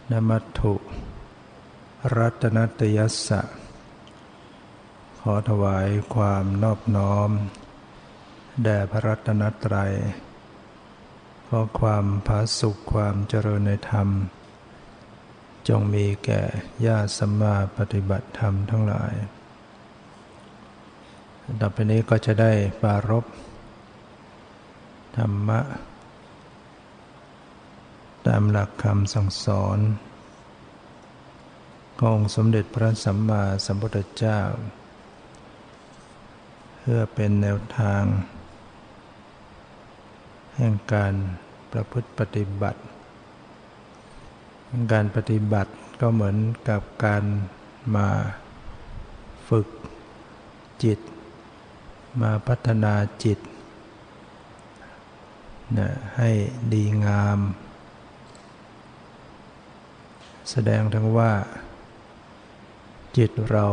นมัตถุรัตนัตยัสสะขอถวายความนอบน้อมแด่พระรัตนตรัยขอความผาสุกความเจริญในธรรมจงมีแก่ญาติสัมมาปฏิบัติธรรมทั้งหลายต่อไปนี้ก็จะได้ปรารภธรรมะตามหลักคำสั่งสอนขององค์สมเด็จพระสัมมาสัมพุทธเจ้าเพื่อเป็นแนวทางแห่งการประพฤติปฏิบัติการปฏิบัติก็เหมือนกับการมาฝึกจิตมาพัฒนาจิตให้ดีงามแสดงถึงว่าจิตเรา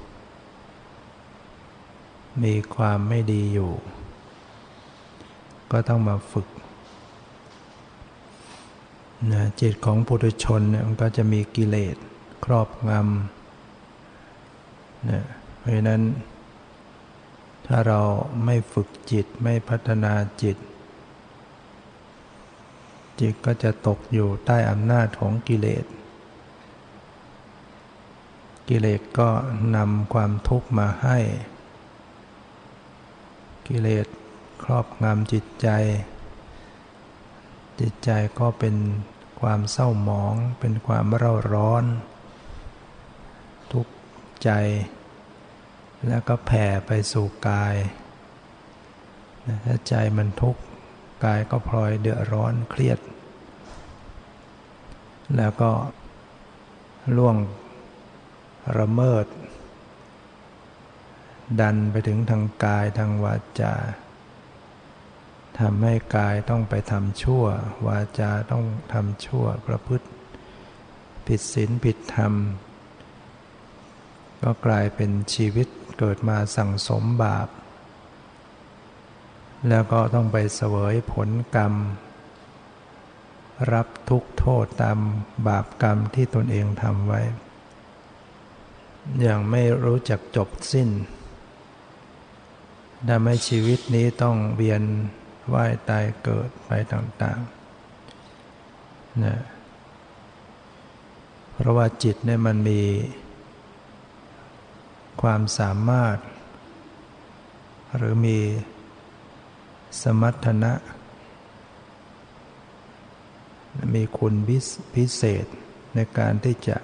มีความไม่ดีอยู่ก็ต้องมาฝึกจิตของปุถุชนเนี่ยมันก็จะมีกิเลสครอบงำเพราะฉะนั้นถ้าเราไม่ฝึกจิตไม่พัฒนาจิตก็จะตกอยู่ใต้อำนาจของกิเลสก็นำความทุกข์มาให้กิเลสครอบงำจิตใจก็เป็นความเศร้าหมองเป็นความเร่าร้อนทุกข์ใจแล้วก็แผ่ไปสู่กายถ้าใจมันทุกข์กายก็พลอยเดือดร้อนเครียดแล้วก็ล่วงละเมิดดันไปถึงทางกายทางวาจาทำให้กายต้องไปทำชั่ววาจาต้องทำชั่วประพฤติผิดศีลผิดธรรมก็กลายเป็นชีวิตเกิดมาสั่งสมบาปแล้วก็ต้องไปเสวยผลกรรมรับทุกข์โทษตามบาปกรรมที่ตนเองทำไว้อย่างไม่รู้จักจบสิ้นทำให้ชีวิตนี้ต้องเวียนว่ายตายเกิดไปต่างๆเพราะว่าจิตเนี่ยมันมีความสามารถหรือมีสมรรถนะมีคุณพิเศษในการที่จะ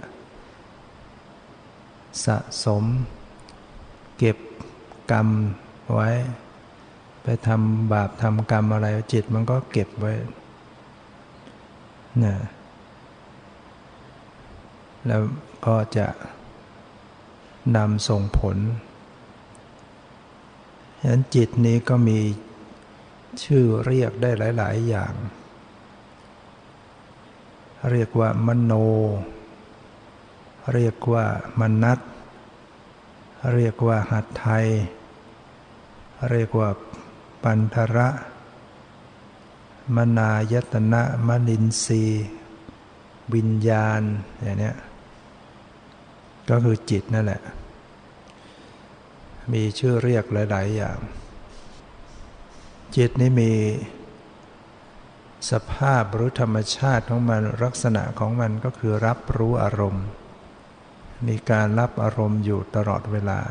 สะสมเก็บกรรมไว้ไปทำบาปทำกรรมอะไรจิตมันก็เก็บไว้แล้วก็จะนำส่งผลฉะนั้นจิตนี้ก็มีชื่อเรียกได้หลายๆอย่างเรียกว่ามโนเรียกว่ามนัสเรียกว่าหัตถัยเรียกว่าปัณฑระมนายตนะมนินทรีย์วิญญาณอย่างนี้ก็คือจิตนั่นแหละมีชื่อเรียกหลายๆอย่างจิตนี้มีสภาพหรือธรรมชาติของมันลักษณะของมันก็คือรับรู้อารมณ์มีการรับอารมณ์อยู่ตลอดเวลา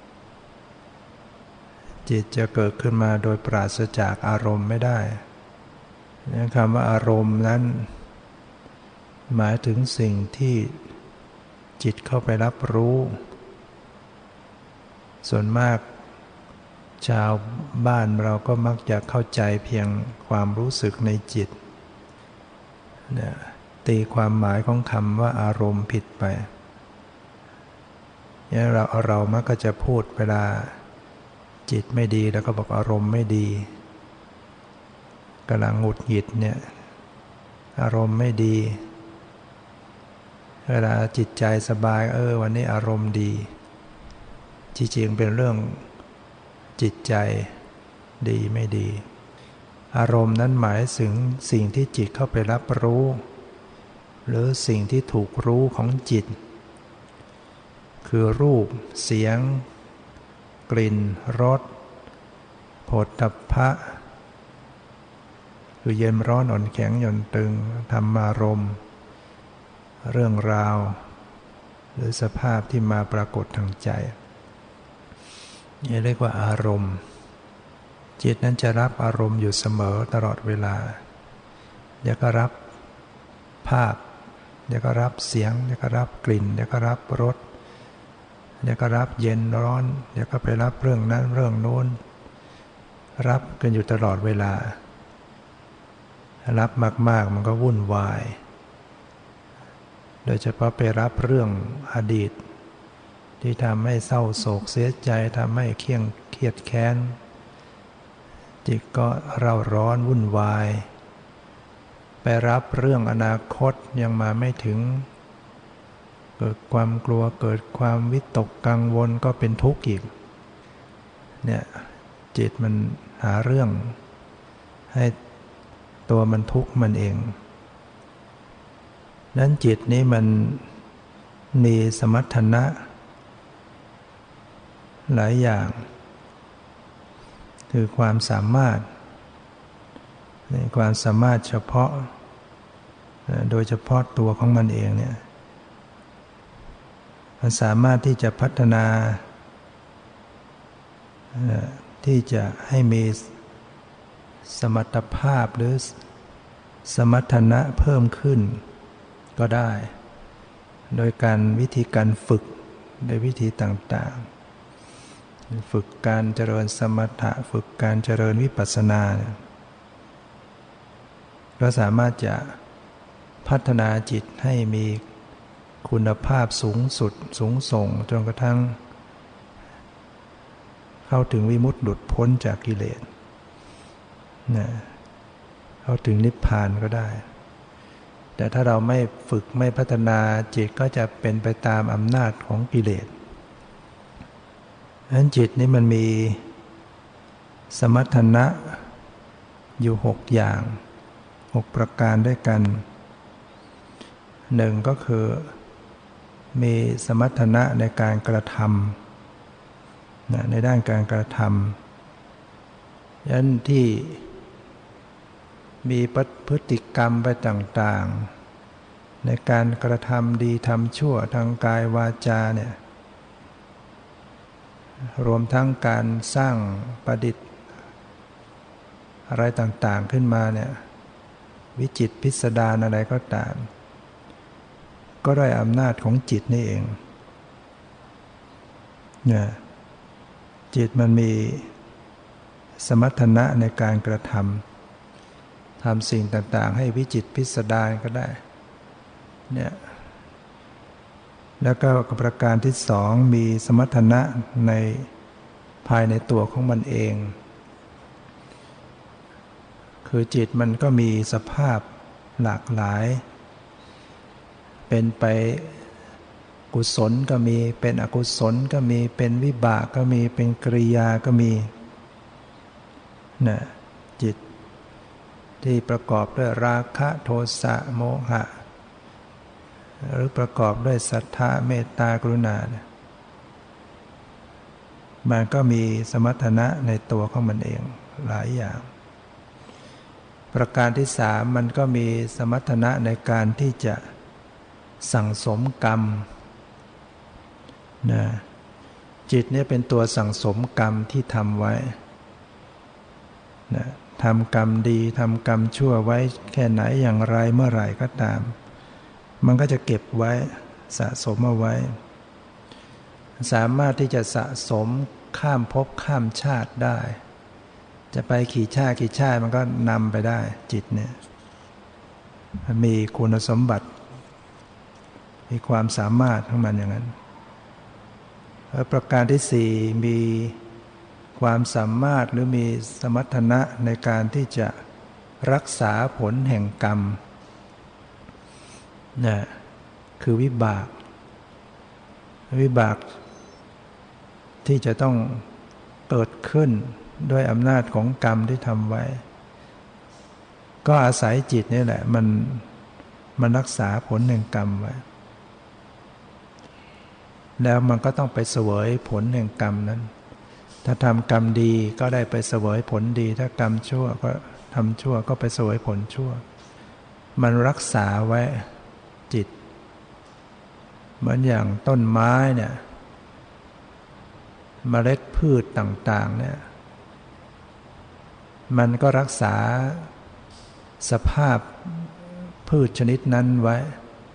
จิตจะเกิดขึ้นมาโดยปราศจากอารมณ์ไม่ได้คำว่าอารมณ์นั้นหมายถึงสิ่งที่จิตเข้าไปรับรู้ส่วนมากชาวบ้านเราก็มักจะเข้าใจเพียงความรู้สึกในจิตตีความหมายของคำว่าอารมณ์ผิดไปเรามักก็จะพูดเวลาจิตไม่ดีแล้วก็บอกอารมณ์ไม่ดีกำลังหงุดหงิดเนี่ยอารมณ์ไม่ดีเวลาจิตใจสบายวันนี้อารมณ์ดีจริงๆเป็นเรื่องจิตใจดีไม่ดี อารมณ์นั้นหมายถึงสิ่งที่จิตเข้าไปรับรู้หรือสิ่งที่ถูกรู้ของจิตคือรูปเสียงกลิ่นรสโผฏฐัพพะคือเย็นร้อนอ่อนแข็งหย่อนตึงธรรมารมณ์เรื่องราวหรือสภาพที่มาปรากฏทางใจนี่เรียกว่าอารมณ์จิตนั้นจะรับอารมณ์อยู่เสมอตลอดเวลาเดี๋ยวก็รับภาพเดี๋ยวก็รับเสียงเดี๋ยวก็รับกลิ่นเดี๋ยวก็รับรสเดี๋ยวก็รับเย็นร้อนเดี๋ยวก็ไปรับเรื่องนั้นเรื่องโน้นรับกันอยู่ตลอดเวลารับมากๆมันก็วุ่นวายโดยเฉพาะไปรับเรื่องอดีตที่ทำให้เศร้าโศกเสียใจทำให้เครียดแค้นจิตก็เร่าร้อนวุ่นวายไปรับเรื่องอนาคตยังมาไม่ถึงเกิดความกลัวเกิดความวิตกกังวลก็เป็นทุกข์อีกเนี่ยจิตมันหาเรื่องให้ตัวมันทุกข์มันเองนั้นจิตนี้มันมีสมรรถนะหลายอย่างคือความสามารถในความสามารถเฉพาะโดยเฉพาะตัวของมันเองเนี่ยมันสามารถที่จะพัฒนาที่จะให้มีสมรรถภาพหรือสมรรถนะเพิ่มขึ้นก็ได้โดยการวิธีการฝึกโดยวิธีต่างๆฝึกการเจริญสมถะฝึกการเจริญวิปัสสนาก็สามารถจะพัฒนาจิตให้มีคุณภาพสูงสุดสูงส่งจนกระทั่งเข้าถึงวิมุตติหลุดพ้นจากกิเลสเข้าถึงนิพพานก็ได้แต่ถ้าเราไม่ฝึกไม่พัฒนาจิตก็จะเป็นไปตามอำนาจของกิเลสฉะนั้นจิตนี้มันมีสมรรถนะอยู่6อย่าง6ประการด้วยกันหนึ่งก็คือมีสมรรถนะในการกระทำในด้านการกระทำยันที่มีพฤติกรรมไปต่างๆในการกระทำดีทำชั่วทางกายวาจาเนี่ยรวมทั้งการสร้างประดิษฐ์อะไรต่างๆขึ้นมาเนี่ยวิจิตรพิสดารอะไรก็ตามก็ได้อำนาจของจิตนี่เองเนี่ยจิตมันมีสมรรถนะในการกระทำสิ่งต่างๆให้วิจิตรพิสดารก็ได้เนี่ยแล้วก็ประการที่สองมีสมรรถนะในภายในตัวของมันเองคือจิตมันก็มีสภาพหลากหลายเป็นไปกุศลก็มีเป็นอกุศลก็มีเป็นวิบากก็มีเป็นกริยาก็มีนะจิตที่ประกอบด้วยราคะโทสะโมหะหรือประกอบด้วยศรัทธาเมตตากรุณามันก็มีสมรรถนะในตัวของมันเองหลายอย่างประการที่สามมันก็มีสมรรถนะในการที่จะสั่งสมกรรมนะจิตนี้เป็นตัวสั่งสมกรรมที่ทำไว้นะทำกรรมดีทำกรรมชั่วไว้แค่ไหนอย่างไรเมื่อไหร่ก็ตามมันก็จะเก็บไว้สะสมเอาไว้สามารถที่จะสะสมข้ามภพข้ามชาติได้จะไปกี่ชาติมันก็นำไปได้จิตเนี่ยมีคุณสมบัติมีความสามารถของมันอย่างนั้นประการที่สี่มีความสามารถหรือมีสมรรถนะในการที่จะรักษาผลแห่งกรรมนะคือวิบากที่จะต้องเกิดขึ้นด้วยอำนาจของกรรมที่ทำไว้ก็อาศัยจิตนี่แหละมันมันรักษาผลแห่งกรรมไว้แล้วมันก็ต้องไปเสวยผลแห่งกรรมนั้นถ้าทำกรรมดีก็ได้ไปเสวยผลดีถ้ากรรมชั่วก็ทำชั่วก็ไปเสวยผลชั่วมันรักษาไว้จิตเหมือนอย่างต้นไม้เนี่ยเมล็ดพืชต่างๆเนี่ยมันก็รักษาสภาพพืชชนิดนั้นไว้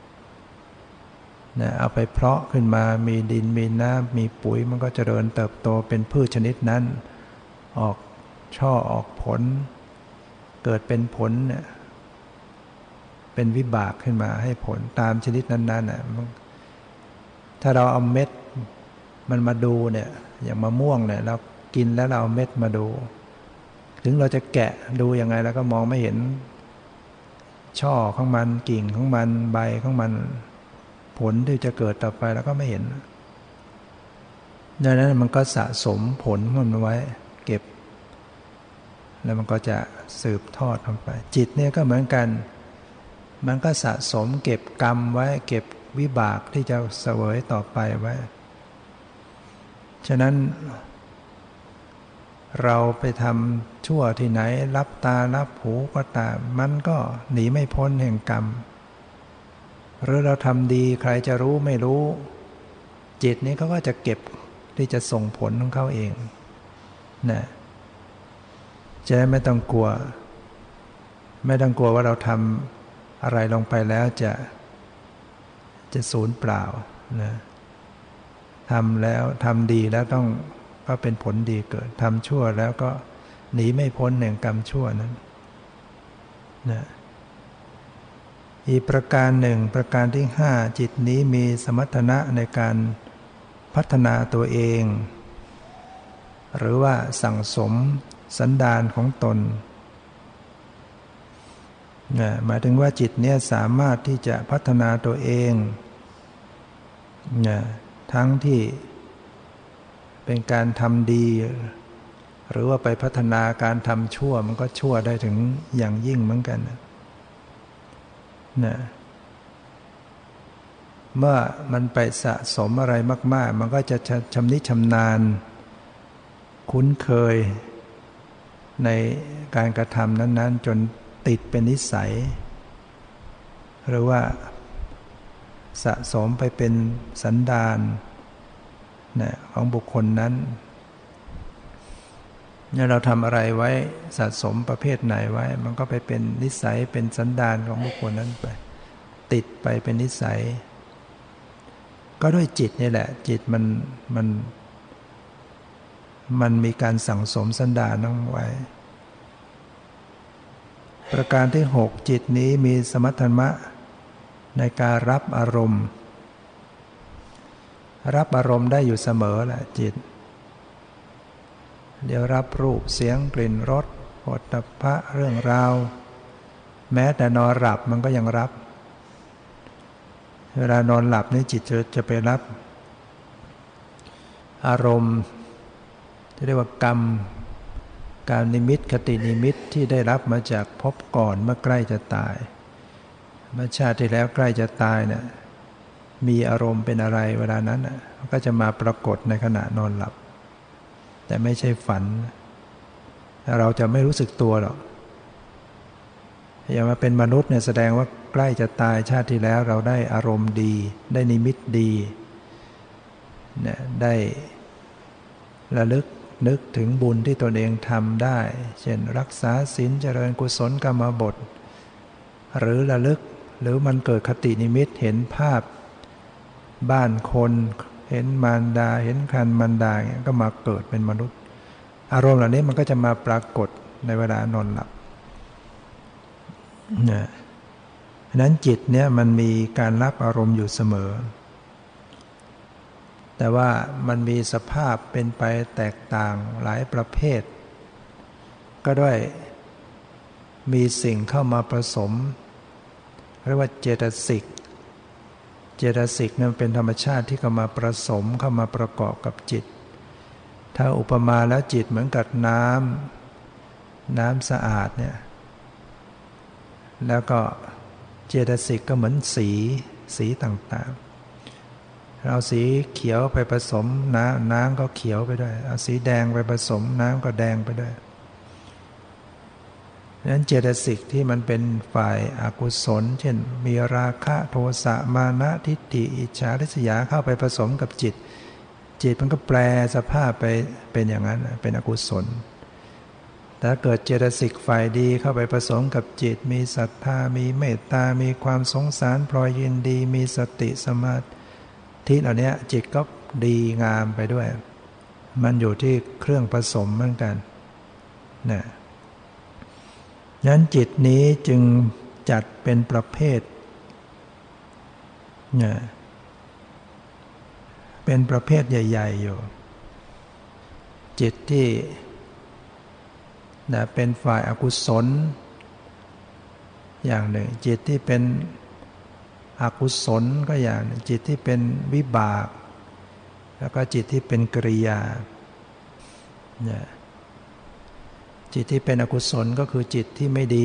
นะเอาไปเพาะขึ้นมามีดินมีน้ำมีปุ๋ยมันก็เจริญเติบโตเป็นพืชชนิดนั้นออกช่อออกผลเกิดเป็นผลเนี่ยเป็นวิบากขึ้นมาให้ผลตามชนิดนั้นๆน่ะถ้าเราเอาเม็ดมันมาดูเนี่ยอย่างมะม่วงเนี่ยเรากินแล้วเราเอาเม็ดมาดูถึงเราจะแกะดูยังไงเราก็มองไม่เห็นช่อของมันกิ่งของมันใบของมันผลที่จะเกิดต่อไปแล้วก็ไม่เห็นดังนั้นมันก็สะสมผลของมันไว้เก็บแล้วมันก็จะสืบทอดลงไปจิตเนี่ยก็เหมือนกันมันก็สะสมเก็บกรรมไว้เก็บวิบากที่จะเสวยต่อไปไว้ฉะนั้นเราไปทำชั่วที่ไหนรับตารับหูก็ตามมันก็หนีไม่พ้นแห่งกรรมหรือเราทำดีใครจะรู้ไม่รู้จิตนี้เขาก็จะเก็บที่จะส่งผลของเขาเองนะจะไม่ต้องกลัวว่าเราทำอะไรลงไปแล้วจะสูญเปล่านะทำแล้วทำดีแล้วต้องก็เป็นผลดีเกิดทำชั่วแล้วก็หนีไม่พ้นแห่งกรรมชั่วนั้นนะอีกประการหนึ่งประการที่5จิตนี้มีสมรรถนะในการพัฒนาตัวเองหรือว่าสั่งสมสันดานของตนหมายถึงว่าจิตเนี่ยสามารถที่จะพัฒนาตัวเองทั้งที่เป็นการทำดีหรือว่าไปพัฒนาการทำชั่วมันก็ชั่วได้ถึงอย่างยิ่งเหมือนกันนะเมื่อมันไปสะสมอะไรมากๆมันก็จะชำนิชำนาญคุ้นเคยในการกระทำนั้นๆจนติดเป็นนิสัยหรือว่าสะสมไปเป็นสันดานนะของบุคคลนั้นเนี่ยเราทำอะไรไว้สะสมประเภทไหนไว้มันก็ไปเป็นนิสัยเป็นสันดานของบุคคลนั้นไปติดไปเป็นนิสัยก็ด้วยจิตนี่แหละจิตมันมีการสั่งสมสันดานนั้นไว้ประการที่6จิตนี้มีสมรรถนะในการรับอารมณ์ได้อยู่เสมอแหละจิตเดี๋ยวรับรูปเสียงกลิ่นรสโผฏฐัพพะเรื่องราวแม้แต่นอนหลับมันก็ยังรับเวลานอนหลับนี่จิตจะไปรับอารมณ์ที่เรียกว่ากรรมการนิมิตคตินิมิตที่ได้รับมาจากพบก่อนเมื่อใกล้จะตายเมื่อชาติที่แล้วใกล้จะตายเนี่ยมีอารมณ์เป็นอะไรเวลานั้นก็จะมาปรากฏในขณะนอนหลับแต่ไม่ใช่ฝันเราจะไม่รู้สึกตัวหรอกอย่างมาเป็นมนุษย์เนี่ยแสดงว่าใกล้จะตายชาติที่แล้วเราได้อารมณ์ดีได้นิมิตดีเนี่ยได้ระลึกนึกถึงบุญที่ตนเองทำได้เช่นรักษาศีลเจริญกุศลกรรมบทหรือระลึกหรือมันเกิดคตินิมิตเห็นภาพบ้านคนเห็นมารดาเห็นคันมารดาก็มาเกิดเป็นมนุษย์อารมณ์เหล่านี้มันก็จะมาปรากฏในเวลานอนหลับเนี่ยนั้นจิตเนี่ยมันมีการรับอารมณ์อยู่เสมอแต่ว่ามันมีสภาพเป็นไปแตกต่างหลายประเภทก็ด้วยมีสิ่งเข้ามาผสมเรียกว่าเจตสิกนั้นเป็นธรรมชาติที่เข้ามาผสมเข้ามาประกอบกับจิตถ้าอุปมาแล้วจิตเหมือนกับน้ำสะอาดเนี่ยแล้วก็เจตสิกก็เหมือนสีต่างๆเราสีเขียวไปผสมน้ำก็เขียวไปด้วยเอาสีแดงไปผสมน้ำก็แดงไปด้วยดังนั้นเจตสิกที่มันเป็นฝ่ายอกุศลเช่นมีราคะโทสะมานะทิฏฐิอิจฉาริษยาเข้าไปผสมกับจิตมันก็แปลสภาพไปเป็นอย่างนั้นเป็นอกุศลแต่เกิดเจตสิกฝ่ายดีเข้าไปผสมกับจิตมีศรัทธามีเมตตามีความสงสารพลอยยินดีมีสติสมาธิเหล่านี้จิตก็ดีงามไปด้วยมันอยู่ที่เครื่องผสมเหมือนกันนะนั้นจิตนี้จึงจัดเป็นประเภทนะเป็นประเภทใหญ่ๆอยู่จิตที่นะเป็นฝ่ายอกุศลอย่างหนึ่งจิตที่เป็นอกุศลก็อย่างหนึ่งจิตที่เป็นวิบากแล้วก็จิตที่เป็นกิริยานะจิตที่เป็นอกุศลก็คือจิตที่ไม่ดี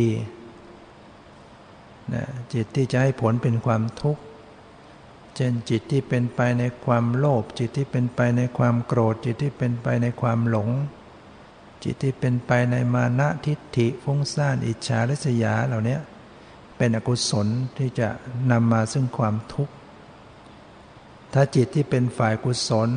นะจิตที่จะให้ผลเป็นความทุกข์เช่นจิตที่เป็นไปในความโลภจิตที่เป็นไปในความโกรธจิตที่เป็นไปในความหลงจิตที่เป็นไปในมานะทิฏฐิฟุ้งซ่านอิจฉาริษยาเหล่านี้เป็นอกุศลที่จะนำมาซึ่งความทุกข์ถ้าจิตที่เป็นฝ่ายกุศล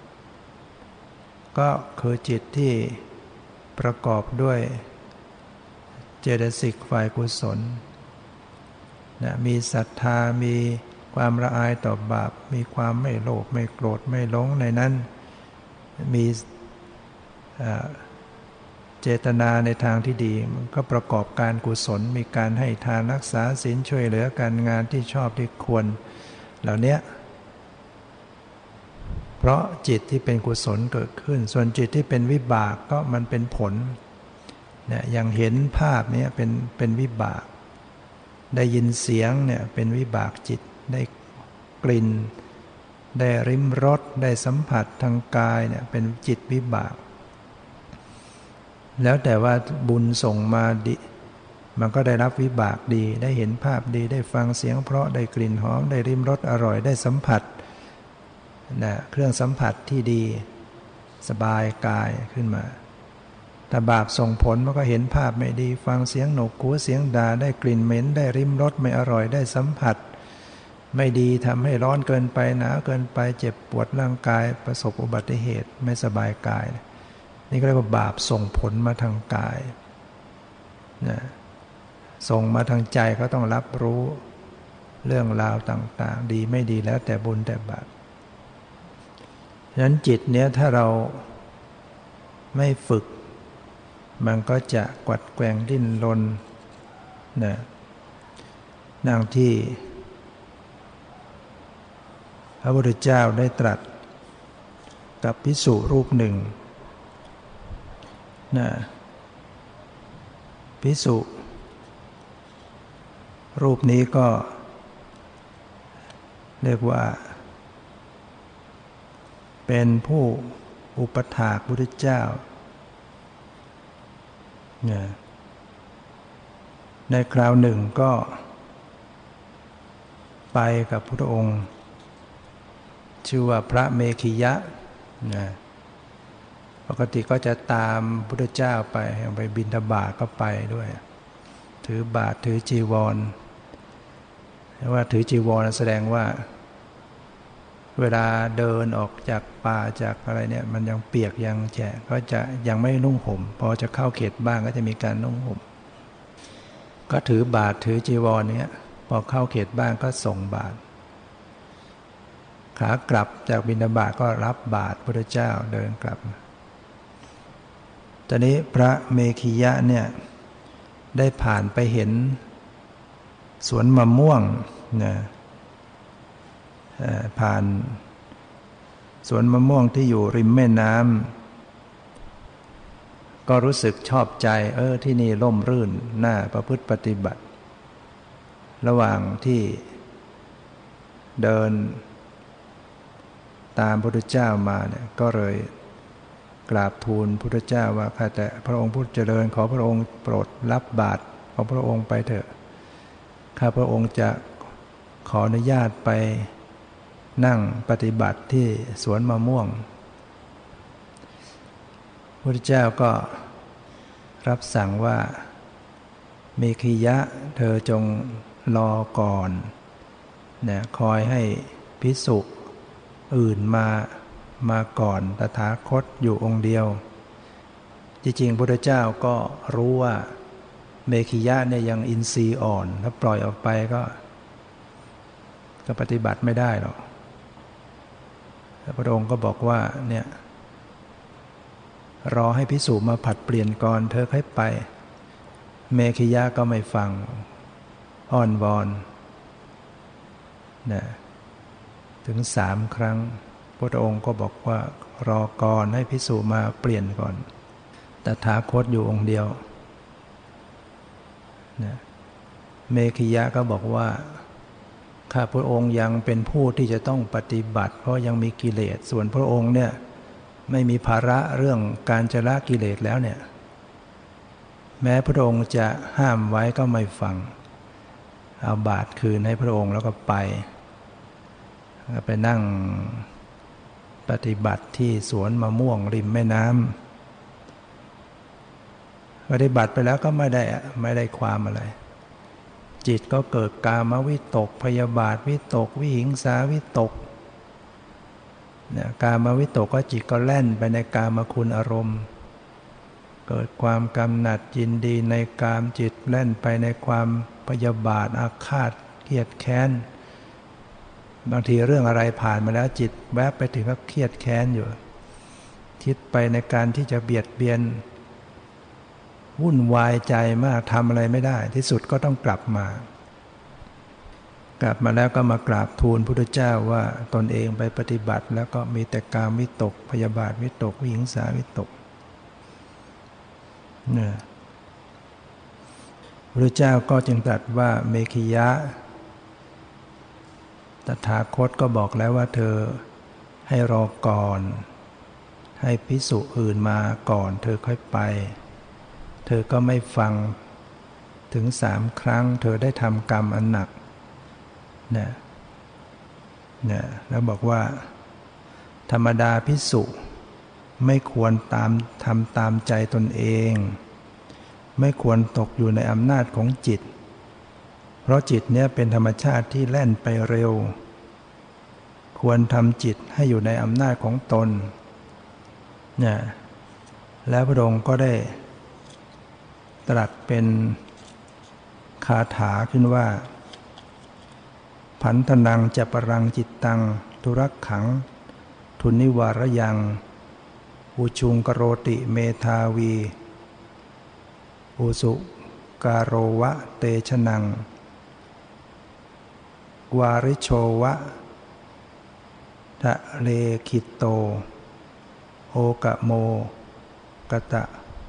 ก็คือจิตที่ประกอบด้วยเจตสิกฝ่ายกุศลนะมีศรัทธามีความละอายต่อบาปมีความไม่โลภไม่โกรธไม่หลงในนั้นมีเจตนาในทางที่ดีมันก็ประกอบการกุศลมีการให้ทานรักษาศีลช่วยเหลือกันงานที่ชอบที่ควรเหล่านี้เพราะจิตที่เป็นกุศลเกิดขึ้นส่วนจิตที่เป็นวิบากก็มันเป็นผลเนี่ยอย่างเห็นภาพนี้เป็นวิบากได้ยินเสียงเนี่ยเป็นวิบากจิตได้กลิ่นได้ริมรสได้สัมผัสทางกายเนี่ยเป็นจิตวิบากแล้วแต่ว่าบุญส่งมาดีมันก็ได้รับวิบากดีได้เห็นภาพดีได้ฟังเสียงเพราะได้กลิ่นหอมได้ริมรสอร่อยได้สัมผัสนะเครื่องสัมผัสที่ดีสบายกายขึ้นมาแต่บาปส่งผลมันก็เห็นภาพไม่ดีฟังเสียงหนวกหูเสียงด่าได้กลิ่นเหม็นได้ริมรสไม่อร่อยได้สัมผัสไม่ดีทำให้ร้อนเกินไปหนาวเกินไปเจ็บปวดร่างกายประสบอุบัติเหตุไม่สบายกายนี่ก็เรียกว่าบาปส่งผลมาทางกายนะส่งมาทางใจก็ต้องรับรู้เรื่องราวต่างๆดีไม่ดีแล้วแต่บุญแต่บาปฉะนั้นจิตเนี้ยถ้าเราไม่ฝึกมันก็จะกวัดแกว่งดิ้นรนนะดังที่พระพุทธเจ้าได้ตรัสกับภิกษุรูปหนึ่งนะภิกษุรูปนี้ก็เรียกว่าเป็นผู้อุปถากพระพุทธเจ้าในคราวหนึ่งก็ไปกับพระองค์ชื่อว่าพระเมขิยะปกติก็จะตามพระพุทธเจ้าไปบิณฑบาตก็ไปด้วยถือบาตรถือจีวรว่าถือจีวรแสดงว่าเวลาเดินออกจากป่าจากอะไรเนี่ยมันยังเปียกยังแฉะก็จะยังไม่นุ่งห่มพอจะเข้าเขตบ้านก็จะมีการนุ่งห่มก็ถือบาตรถือจีวรเนี้ยพอเข้าเขตบ้านก็ส่งบาตรขากลับจากบิณฑบาตก็รับบาตรพระพุทธเจ้าเดินกลับตอนนี้พระเมขิยะเนี่ยได้ผ่านไปเห็นสวนมะม่วงนะผ่านสวนมะม่วงที่อยู่ริมแม่น้ำก็รู้สึกชอบใจที่นี่ร่มรื่นน่าประพฤติปฏิบัติระหว่างที่เดินตามพระพุทธเจ้ามาเนี่ยก็เลยกราบทูลพระพุทธเจ้าว่าข้าแต่พระองค์ผู้เจริญขอพระองค์โปรดรับบาตรของพระองค์ไปเถอะข้าพระองค์จะขออนุญาตไปนั่งปฏิบัติที่สวนมะม่วงพระพุทธเจ้าก็รับสั่งว่าเมขิยะเธอจงรอก่อนนะคอยให้ภิกษุอื่นมาก่อนตถาคตอยู่องค์เดียวจริงๆพระพุทธเจ้าก็รู้ว่าเมขิยะเนี่ยยังอินทรีย์อ่อนถ้าปล่อยออกไปก็ปฏิบัติไม่ได้หรอกพระองค์ก็บอกว่าเนี่ยรอให้ภิกษุมาผลัดเปลี่ยนก่อนเธอค่อยไปเมขิยะก็ไม่ฟังอ้อนวอนนะถึง3 ครั้งพระองค์ก็บอกว่ารอก่อนให้ภิกษุมาเปลี่ยนก่อนตถาคตอยู่องค์เดียวนะเมขิยะก็บอกว่าข้าพระองค์ยังเป็นผู้ที่จะต้องปฏิบัติเพราะยังมีกิเลสส่วนพระองค์เนี่ยไม่มีภาระเรื่องการจะละกิเลสแล้วเนี่ยแม้พระองค์จะห้ามไว้ก็ไม่ฟังเอาบาตรคืนให้พระองค์แล้วก็ไปนั่งปฏิบัติที่สวนมะม่วงริมแม่น้ำปฏิบัติไปแล้วก็ไม่ได้ความอะไรจิตก็เกิดกามวิตกพยาบาทวิตกวิหิงสาวิตกเนี่ยกามวิตกก็จิตก็แล่นไปในกามคุณอารมณ์เกิดความกำหนัดยินดีในกามจิตแล่นไปในความพยาบาทอาฆาตเครียดแค้นบางทีเรื่องอะไรผ่านมาแล้วจิตแวบไปถึงก็เครียดแค้นอยู่คิดไปในการที่จะเบียดเบียนวุ่นวายใจมากทำอะไรไม่ได้ที่สุดก็ต้องกลับมาแล้วก็มากราบทูลพุทธเจ้าว่าตนเองไปปฏิบัติแล้วก็มีแต่กามวิตกพยาบาทวิตกวิหิงสาวิตกเนี่ยพระเจ้าก็จึงตรัสว่าเมขิยะตถาคตก็บอกแล้วว่าเธอให้รอก่อนให้ภิกษุอื่นมาก่อนเธอค่อยไปเธอก็ไม่ฟังถึง3 ครั้งเธอได้ทำกรรมอันหนักเนี่ยแล้วบอกว่าธรรมดาภิกษุไม่ควรทำตามใจตนเองไม่ควรตกอยู่ในอำนาจของจิตเพราะจิตเนี่ยเป็นธรรมชาติที่แล่นไปเร็วควรทำจิตให้อยู่ในอำนาจของตนเนี่ยแล้วพระองค์ก็ได้ตรัสเป็นคาถาขึ้นว่าผันธนังจะปรังจิตตังทุรักขังทุนิวารยังอุชุงกโรติเมธาวีอุสุการโรวะเตชะนังวาริโชวะทะเลขิตโตโอกะโมกตะ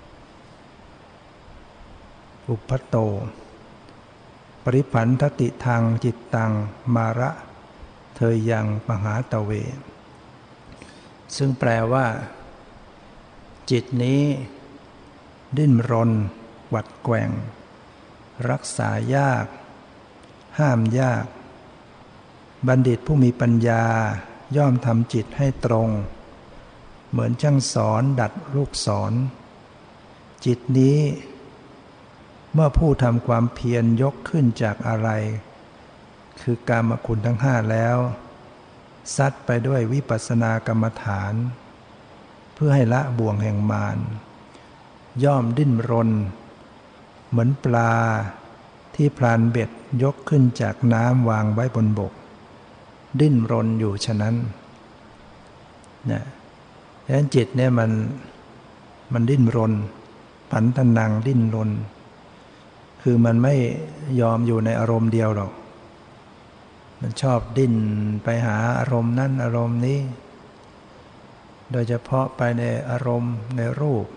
อุปัตโตปริผันทติทางจิตตังมาระเธอยังมหาตเวซึ่งแปลว่าจิตนี้ดิ้นรนหวัดแกว่งรักษายากห้ามยากบัณฑิตผู้มีปัญญาย่อมทำจิตให้ตรงเหมือนช่างสอนดัดลูกศรจิตนี้เมื่อผู้ทำความเพียรยกขึ้นจากอะไรคือกามคุณทั้ง5แล้วซัดไปด้วยวิปัสสนากรรมฐานเพื่อให้ละบ่วงแห่งมารย่อมดิ้นรนเหมือนปลาที่พรานเบ็ดยกขึ้นจากน้ำวางไว้บนบกดิ้นรนอยู่ฉะนั้นนะดังนั้นจิตเนี่ยมันดิ้นรนผันธนังดิ้นรนคือมันไม่ยอมอยู่ในอารมณ์เดียวหรอกมันชอบดิ้นไปหาอารมณ์นั้นอารมณ์นี้โดยเฉพาะไปในอารมณ์ในรูป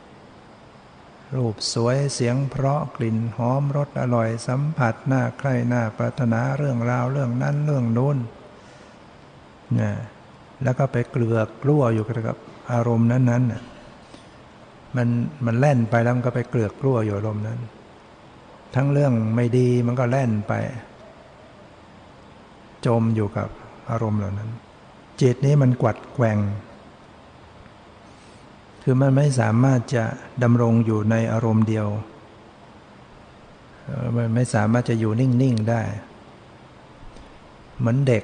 สวยเสียงเพราะกลิ่นหอมรสอร่อยสัมผัสน่าใคร่น่าปรารถนาเรื่องราวเรื่องนั้นเรื่องโน้นเนี่ยแล้วก็ไปเกลือกกลั้วอยู่กับอารมณ์นั้นๆมันแล่นไปแล้วมันก็ไปเกลือกกลั้วอยู่อารมณ์นั้นทั้งเรื่องไม่ดีมันก็แล่นไปจมอยู่กับอารมณ์เหล่านั้นจิตนี้มันกวัดแกว่งคือมันไม่สามารถจะดำรงอยู่ในอารมณ์เดียวมันไม่สามารถจะอยู่นิ่งๆได้เหมือนเด็ก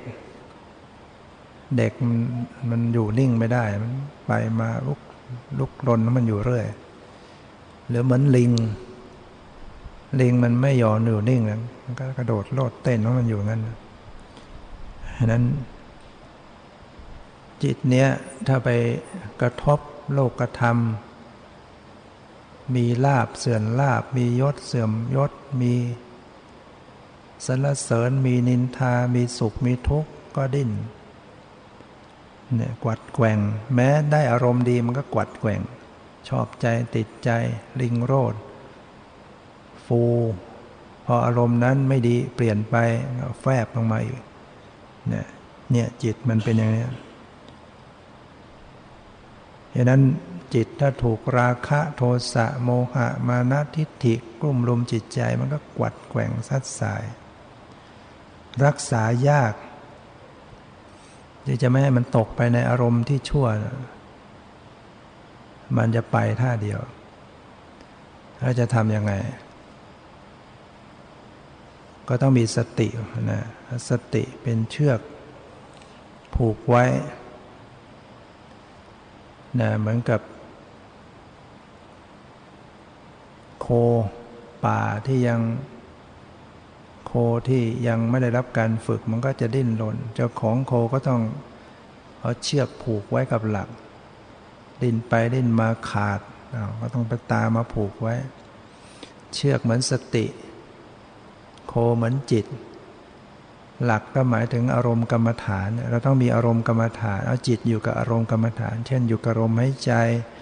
มันอยู่นิ่งไม่ได้มันไปมาลุกลนมันอยู่เรื่อยหรือเหมือนลิงมันไม่ยอมอยู่นิ่งมันก็กระโดดโลดเต้นเพราะมันอยู่งั้นฉะนั้นจิตเนี้ยถ้าไปกระทบโลกธรรมมีลาภเสื่อมลาภมียศเสื่อมยศมีสรรเสริญมีนินทามีสุขมีทุกข์ก็ดิ้นเนี่ยกวัดแกว่งแม้ได้อารมณ์ดีมันก็กวัดแกว่งชอบใจติดใจลิงโรดฟูพออารมณ์นั้นไม่ดีเปลี่ยนไปแฟบลงมาอีกเนี่ยจิตมันเป็นอย่างนี้ฉะนั้นจิตถ้าถูกราคะโทสะโมหะมานะทิฏฐิกลุ่มรุมจิตใจมันก็กวัดแกว่งซัดสายรักษายากที่จะไม่ให้มันตกไปในอารมณ์ที่ชั่วมันจะไปท่าเดียวแล้วจะทำยังไงก็ต้องมีสตินะสติเป็นเชือกผูกไว้นะเหมือนกับโคป่าที่ยังไม่ได้รับการฝึกมันก็จะดิ้นรนเจ้าของโคก็ต้องเอาเชือกผูกไว้กับหลักดิ้นไปดิ้นมาขาดก็ต้องไปตามมาผูกไว้เชือกเหมือนสติโคเหมือนจิตหลักก็หมายถึงอารมณ์กรรมฐานเราต้องมีอารมณ์กรรมฐานเอาจิตอยู่กับอารมณ์กรรมฐานเช่นอยู่กับลมหายใจ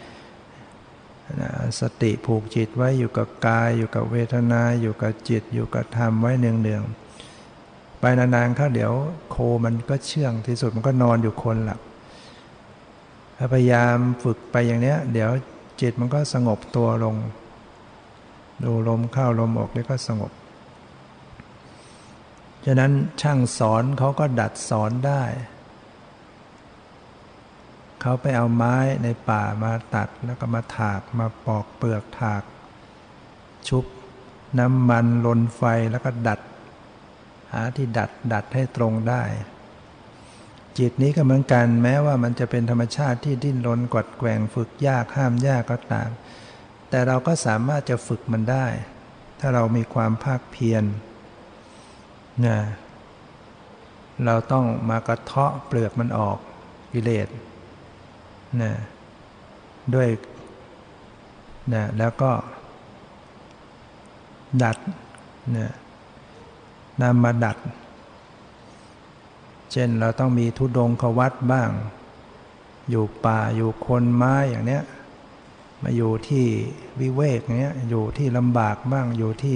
สติผูกจิตไว้อยู่กับกายอยู่กับเวทนาอยู่กับจิตอยู่กับธรรมไว้เนืองๆไปนานๆเข้าเดี๋ยวโคมันก็เชื่องที่สุดมันก็นอนอยู่คนหลับพยายามฝึกไปอย่างเนี้ยเดี๋ยวจิตมันก็สงบตัวลงดูลมเข้าลมออกแล้วก็สงบฉะนั้นช่างสอนเขาก็ดัดสอนได้เขาไปเอาไม้ในป่ามาตัดแล้วก็มาถากมาปอกเปลือกถากชุบน้ำมันลนไฟแล้วก็ดัดหาที่ดัดให้ตรงได้จิตนี้ก็เหมือนกันแม้ว่ามันจะเป็นธรรมชาติที่ดิ้นรนกวัดแกว่งฝึกยากห้ามยากก็ตามแต่เราก็สามารถจะฝึกมันได้ถ้าเรามีความภาคเพียรนะเราต้องมากระเทาะเปลือกมันออกกิเลสนะด้วยนะแล้วก็ดัดนะนำมาดัดเช่นเราต้องมีธุดงควัตรบ้างอยู่ป่าอยู่คนไม้อย่างเนี้ยมาอยู่ที่วิเวกเนี้ยอยู่ที่ลำบากบ้างอยู่ที่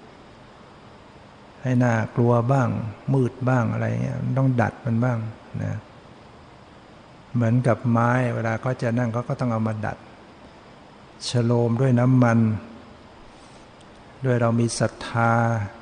ให้น่ากลัวบ้างมืดบ้างอะไรเงี้ยต้องดัดมันบ้างนะเหมือนกับไม้เวลาเขาจะนั่งเขาก็ต้องเอามาดัดฉโลมด้วยน้ำมันด้วยเรามีศรัทธา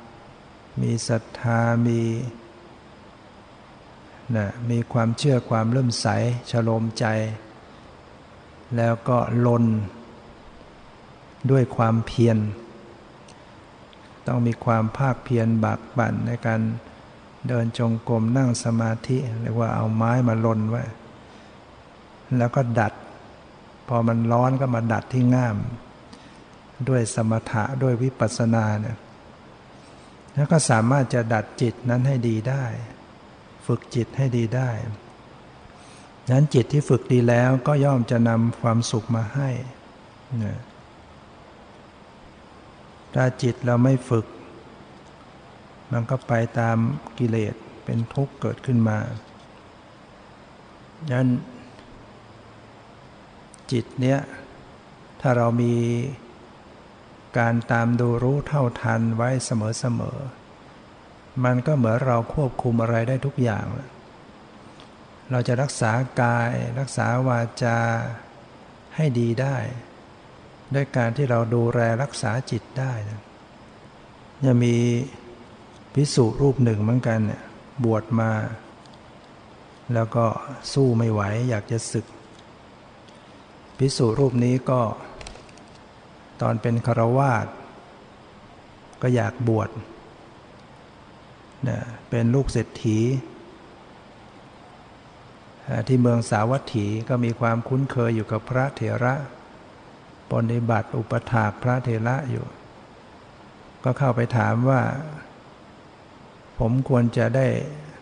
มีความเชื่อความเลื่อมใสฉโลมใจแล้วก็ลนด้วยความเพียรต้องมีความภาคเพียรบากบั่นในการเดินจงกรมนั่งสมาธิเรียกว่าเอาไม้มาลนไว้แล้วก็ดัดพอมันร้อนก็มาดัดที่ง่ามด้วยสมถะด้วยวิปัสสนาเนี่ยแล้วก็สามารถจะดัดจิตนั้นให้ดีได้ฝึกจิตให้ดีได้นั้นจิตที่ฝึกดีแล้วก็ย่อมจะนำความสุขมาให้ถ้าจิตเราไม่ฝึกมันก็ไปตามกิเลสเป็นทุกข์เกิดขึ้นมานั้นจิตเนี้ยถ้าเรามีการตามดูรู้เท่าทันไว้เสมอมันก็เหมือนเราควบคุมอะไรได้ทุกอย่างเราจะรักษากายรักษาวาจาให้ดีได้ด้วยการที่เราดูแลรักษาจิตได้นะจะมีภิกษุรูปหนึ่งเหมือนกันเนี่ยบวชมาแล้วก็สู้ไม่ไหวอยากจะศึกภิกษุรูปนี้ก็ตอนเป็นฆราวาสก็อยากบวชเนี่ยเป็นลูกเศรษฐีที่เมืองสาวัตถีก็มีความคุ้นเคยอยู่กับพระเถระปฏิบัติอุปถากพระเถระอยู่ก็เข้าไปถามว่าผมควรจะได้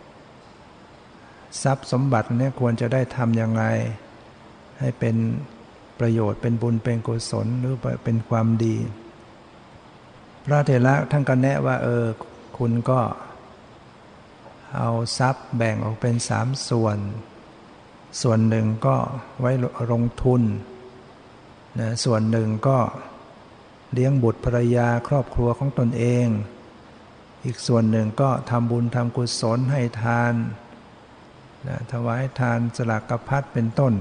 ทรัพย์สมบัติเนี่ยควรจะได้ทำยังไงให้เป็นประโยชน์เป็นบุญเป็นกุศลหรือเป็นความดีพระเถระท่านก็แนะว่าคุณก็เอาทรัพย์แบ่งออกเป็น3ส่วนหนึ่งก็ไว้ลงทุนนะส่วนหนึ่งก็เลี้ยงบุตรภรรยาครอบครัวของตนเองอีกส่วนหนึ่งก็ทำบุญทำกุศลให้ทานนะถวายทานสลากพัดเป็นต้น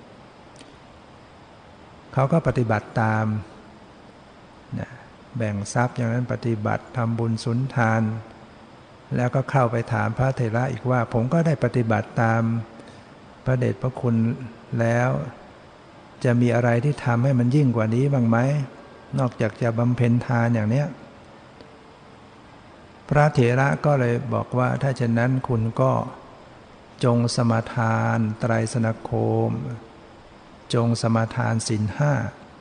เขาก็ปฏิบัติตามนะแบ่งทรัพย์อย่างนั้นปฏิบัติทำบุญสุนทานแล้วก็เข้าไปถามพระเถระอีกว่าผมก็ได้ปฏิบัติตามพระเดชพระคุณแล้วจะมีอะไรที่ทำให้มันยิ่งกว่านี้บ้างไหมนอกจากจะบำเพ็ญทานอย่างเนี้ยพระเถระก็เลยบอกว่าถ้าเช่นนั้นคุณก็จงสมาทานไตรสรณคมจงสมาทานศีล5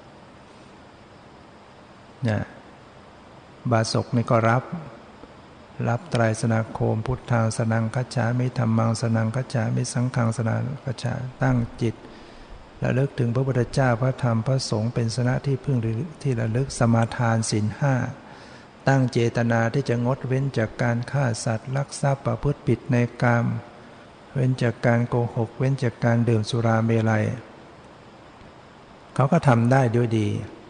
เนี่ยบาศกนี่ก็รับไตรสรณคมพุทธังสรณังคัจฉามิธัมมังสรณังคัจฉามิสังฆังสรณังคัจฉาตั้งจิตระลึกถึงพระพุทธเจ้าพระธรรมพระสงฆ์เป็นสนะที่พึ่งที่ระลึกสมาทานศีล5ตั้งเจตนาที่จะงดเว้นจากการฆ่าสัตว์ลักทรัพย์ประพฤติผิดในกามเว้นจากการโกหกเว้นจากการดื่มสุราเมลัยเขาก็ทำได้ด้วยดี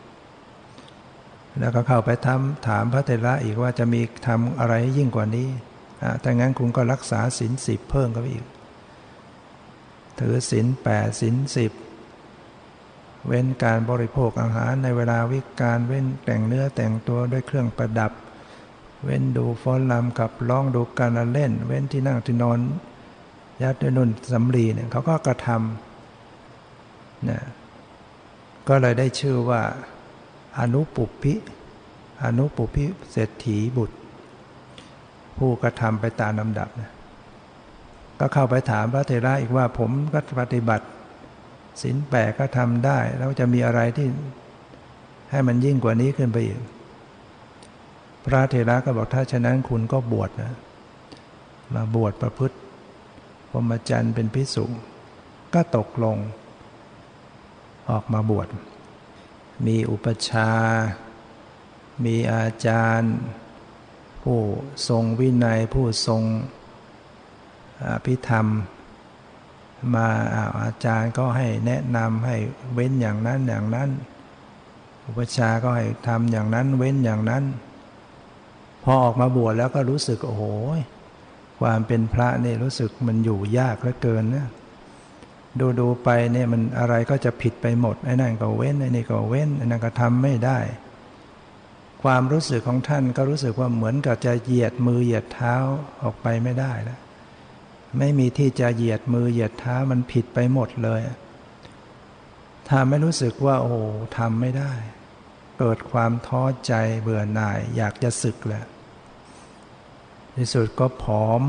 แล้วก็เข้าไปถามพระเถระอีกว่าจะมีทำอะไรยิ่งกว่านี้ถ้างั้นคุณก็รักษาศีล10เพิ่มเข้าไปอีกถือศีล8ศีล10เว้นการบริโภคอาหารในเวลาวิกาลเว้นแต่งเนื้อแต่งตัวด้วยเครื่องประดับเว้นดูฟ้อนรำกับร้องดูการละเล่นเว้นที่นั่งที่นอนยัดด้วยนุ่นสำลีเนี่ยเขาก็กระทำนะก็เลยได้ชื่อว่าอนุปุพพิเศรษฐีบุตรผู้กระทำไปตามลำดับนะก็เข้าไปถามพระเถระอีกว่าผมก็ปฏิบัติศีล8ก็ทำได้แล้วจะมีอะไรที่ให้มันยิ่งกว่านี้ขึ้นไปอีกพระเถระก็บอกถ้าฉะนั้นคุณก็บวชนะมาบวชประพฤติพรหมจรรย์เป็นภิกษุก็ตกลงออกมาบวชมีอุปัชฌาย์มีอาจารย์ผู้ทรงวินัยผู้ทรงอภิธรรมมาอาจารย์ก็ให้แนะนำให้เว้นอย่างนั้นอย่างนั้นอุปัชฌาย์ก็ให้ทำอย่างนั้นเว้นอย่างนั้นพอออกมาบวชแล้วก็รู้สึกโอ้โหความเป็นพระนี่รู้สึกมันอยู่ยากเหลือเกินนะดูไปเนี่ยมันอะไรก็จะผิดไปหมดไอ้นั่นก็เว้นไอ้นี่ก็เว้นไอ้นั่นก็ทำไม่ได้ความรู้สึกของท่านก็รู้สึกว่าเหมือนกับจะเหยียดมือเหยียดเท้าออกไปไม่ได้แล้วไม่มีที่จะเหยียดมือเหยียดเท้ามันผิดไปหมดเลยถ้าไม่รู้สึกว่าโอ้ทำไม่ได้เกิดความท้อใจเบื่อหน่ายอยากจะสึกแหละที่สุดก็ผอม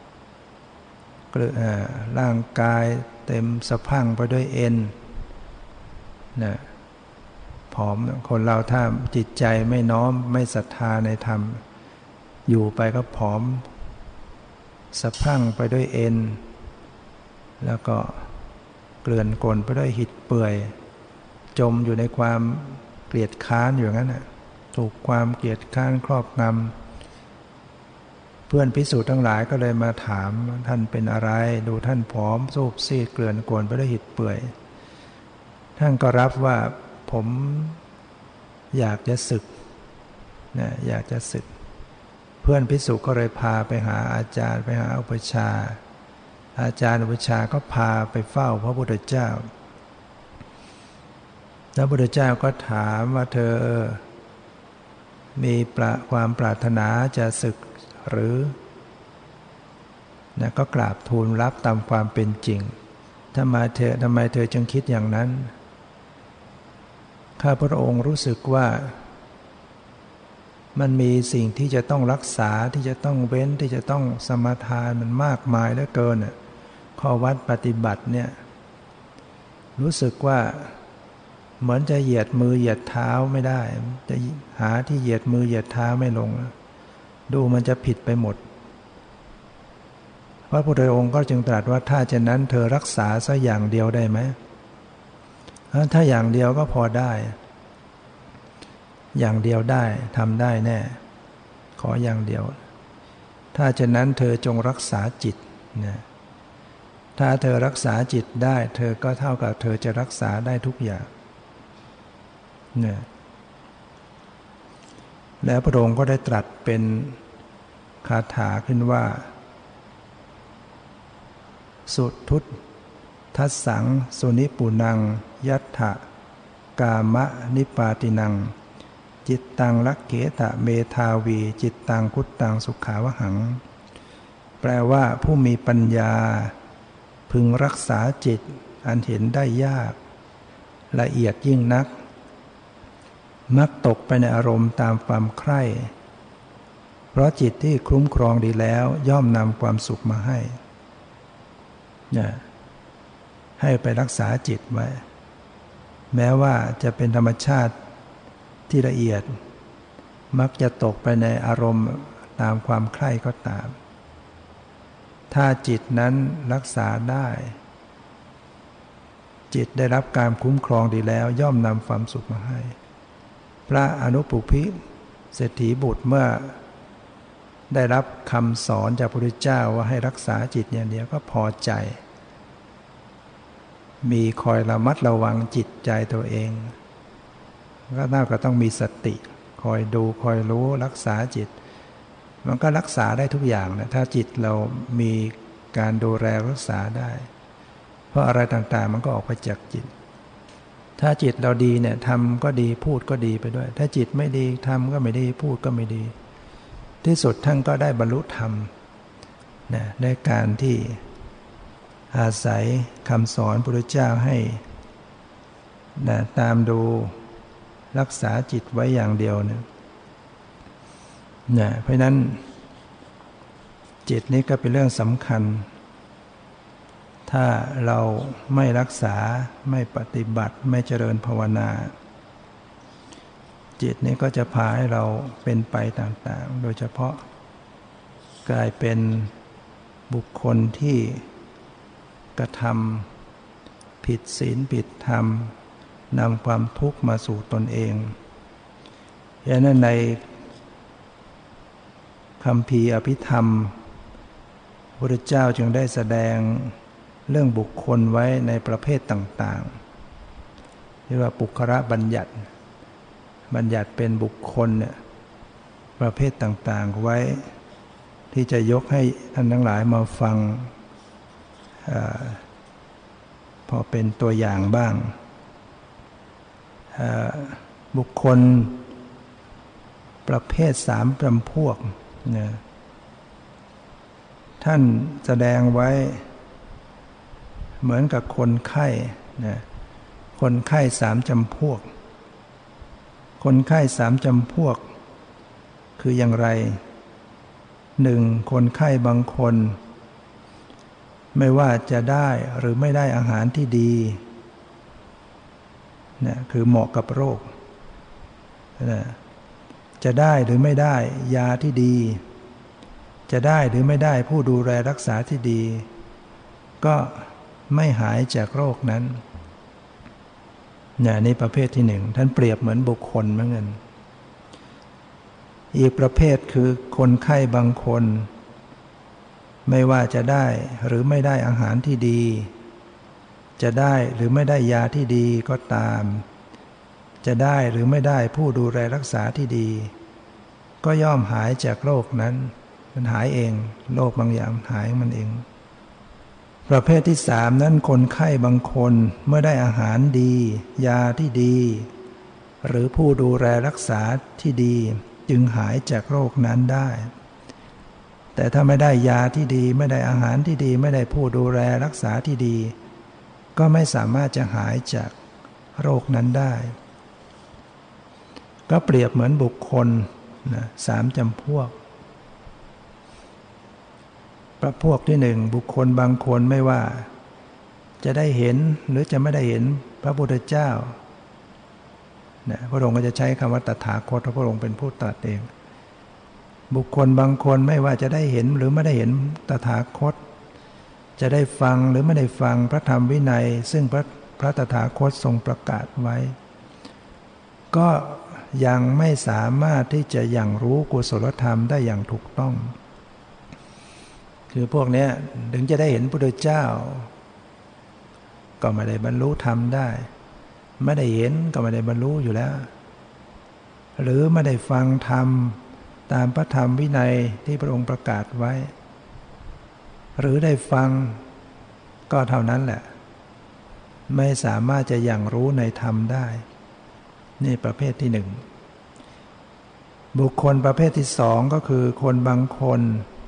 ร่างกายเต็มสะพังไปด้วยเอ็นนะผอมคนเราถ้าจิตใจไม่น้อมไม่ศรัทธาในธรรมอยู่ไปก็ผอมสะพังไปด้วยเอ็นแล้วก็เกลื่อนกลนไปด้วยหิดเปื่อยจมอยู่ในความเกลียดค้านอยู่งั้นนะถูกความเกลียดค้านครอบงำเพื่อนภิกษุทั้งหลายก็เลยมาถามท่านเป็นอะไรดูท่านผอมซูบซีดเกลื่อนกลนไปด้วยหิดเปื่อยท่านก็รับว่าผมอยากจะสึกนะอยากจะสึกเพื่อนภิกษุก็เลยพาไปหาอาจารย์ไปหาอุปัชฌาย์อาจารย์อุปัชฌาย์ก็พาไปเฝ้าพระพุทธเจ้าแล้วพระพุทธเจ้าก็ถามว่าเธอมีความปรารถนาจะศึกหรือก็กราบทูลรับตามความเป็นจริงทำไมเธอจึงคิดอย่างนั้นข้าพระองค์รู้สึกว่ามันมีสิ่งที่จะต้องรักษาที่จะต้องเว้นที่จะต้องสมทานมันมากมายเหลือเกินข้อวัดปฏิบัติเนี่ยรู้สึกว่าเหมือนจะเหยียดมือเหยียดเท้าไม่ได้จะหาที่เหยียดมือเหยียดเท้าไม่ลงดูมันจะผิดไปหมดพระพุทธองค์ก็จึงตรัสว่าถ้าเช่นนั้นเธอรักษาสักอย่างเดียวได้ไหมถ้าอย่างเดียวก็พอได้อย่างเดียวได้ทำได้แน่ขออย่างเดียวถ้าเช่นนั้นเธอจงรักษาจิตนะถ้าเธอรักษาจิตได้เธอก็เท่ากับเธอจะรักษาได้ทุกอย่างเนี่ยแล้วพระองค์ก็ได้ตรัสเป็นคาถาขึ้นว่าสุทุตทัสสังสุนิปุนังยัตถะกามะนิปาตินังจิตตังลักเขตะเมธาวีจิตตังคุตตังสุขาวหังแปลว่าผู้มีปัญญาพึงรักษาจิตอันเห็นได้ยากละเอียดยิ่งนักมักตกไปในอารมณ์ตามความใคร่เพราะจิตที่คุ้มครองดีแล้วย่อมนำความสุขมาให้ให้ไปรักษาจิตไว้แม้ว่าจะเป็นธรรมชาติที่ละเอียดมักจะตกไปในอารมณ์ตามความใคร่ก็ตามถ้าจิตนั้นรักษาได้จิตได้รับการคุ้มครองดีแล้วย่อมนำความสุขมาให้พระอนุปุพิเศรษฐีบุตรเมื่อได้รับคำสอนจากพระพุทธเจ้าว่าให้รักษาจิตอย่างเดียวก็พอใจมีคอยระมัดระวังจิตใจตัวเองก็น่าก็ต้องมีสติคอยดูคอยรู้รักษาจิตมันก็รักษาได้ทุกอย่างนะถ้าจิตเรามีการดูแลรักษาได้เพราะอะไรต่างๆมันก็ออกไปจากจิตถ้าจิตเราดีเนี่ยทำก็ดีพูดก็ดีไปด้วยถ้าจิตไม่ดีทำก็ไม่ดีพูดก็ไม่ดีที่สุดท่านก็ได้บรรลุธรรมนะในการที่อาศัยคำสอนพระพุทธเจ้าให้นะตามดูรักษาจิตไว้อย่างเดียวนะเพราะนั้นจิตนี้ก็เป็นเรื่องสำคัญถ้าเราไม่รักษาไม่ปฏิบัติไม่เจริญภาวนาจิตนี้ก็จะพาให้เราเป็นไปต่างๆโดยเฉพาะกลายเป็นบุคคลที่กระทำผิดศีลผิดธรรมนำความทุกข์มาสู่ตนเองอย่างนั้นในคัมภีร์อภิธรรมพระพุทธเจ้าจึงได้แสดงเรื่องบุคคลไว้ในประเภทต่างๆเรียกว่าปุคคละบัญญัติเป็นบุคคลเนี่ยประเภทต่างๆไว้ที่จะยกให้ท่านทั้งหลายมาฟังพอเป็นตัวอย่างบ้างบุคคลประเภท3จำพวกเนี่ยท่านแสดงไว้เหมือนกับคนไข้นะคนไข้3จำพวกคนไข้3จำพวกคืออย่างไร1คนไข้บางคนไม่ว่าจะได้หรือไม่ได้อาหารที่ดีนะคือเหมาะกับโรคนะจะได้หรือไม่ได้ยาที่ดีจะได้หรือไม่ได้ผู้ดูแลรักษาที่ดีก็ไม่หายจากโรคนั้นนี่ประเภทที่1ท่านเปรียบเหมือนบุคคลเหมือนกันอีกประเภทคือคนไข้บางคนไม่ว่าจะได้หรือไม่ได้อาหารที่ดีจะได้หรือไม่ได้ยาที่ดีก็ตามจะได้หรือไม่ได้ผู้ดูแลรักษาที่ดีก็ย่อมหายจากโรคนั้นมันหายเองโรคบางอย่างหายมันเองประเภทที่3นั้นคนไข้บางคนเมื่อได้อาหารดียาที่ดีหรือผู้ดูแลรักษาที่ดีจึงหายจากโรคนั้นได้แต่ถ้าไม่ได้ยาที่ดีไม่ได้อาหารที่ดีไม่ได้ผู้ดูแลรักษาที่ดีก็ไม่สามารถจะหายจากโรคนั้นได้ก็เปรียบเหมือนบุคคลนะ3 จำพวกประพวกที่1บุคคลบางคนไม่ว่าจะได้เห็นหรือจะไม่ได้เห็นพระพุทธเจ้านะพระองค์ก็จะใช้คำว่าตถาคตเพราะพระองค์เป็นผู้ตรัสเองบุคคลบางคนไม่ว่าจะได้เห็นหรือไม่ได้เห็นตถาคตจะได้ฟังหรือไม่ได้ฟังพระธรรมวินัยซึ่งพระตถาคตทรงประกาศไว้ก็ยังไม่สามารถที่จะยังรู้กุศลธรรมได้อย่างถูกต้องคือพวกนี้ถึงจะได้เห็นพระพุทธเจ้าก็ไม่ได้บรรลุธรรมได้ไม่ได้เห็นก็ไม่ได้บรรลุอยู่แล้วหรือไม่ได้ฟังธรรมตามพระธรรมวินัยที่พระองค์ประกาศไว้หรือได้ฟังก็เท่านั้นแหละไม่สามารถจะยังรู้ในธรรมได้นี่ประเภทที่1บุคคลประเภทที่2ก็คือคนบางคน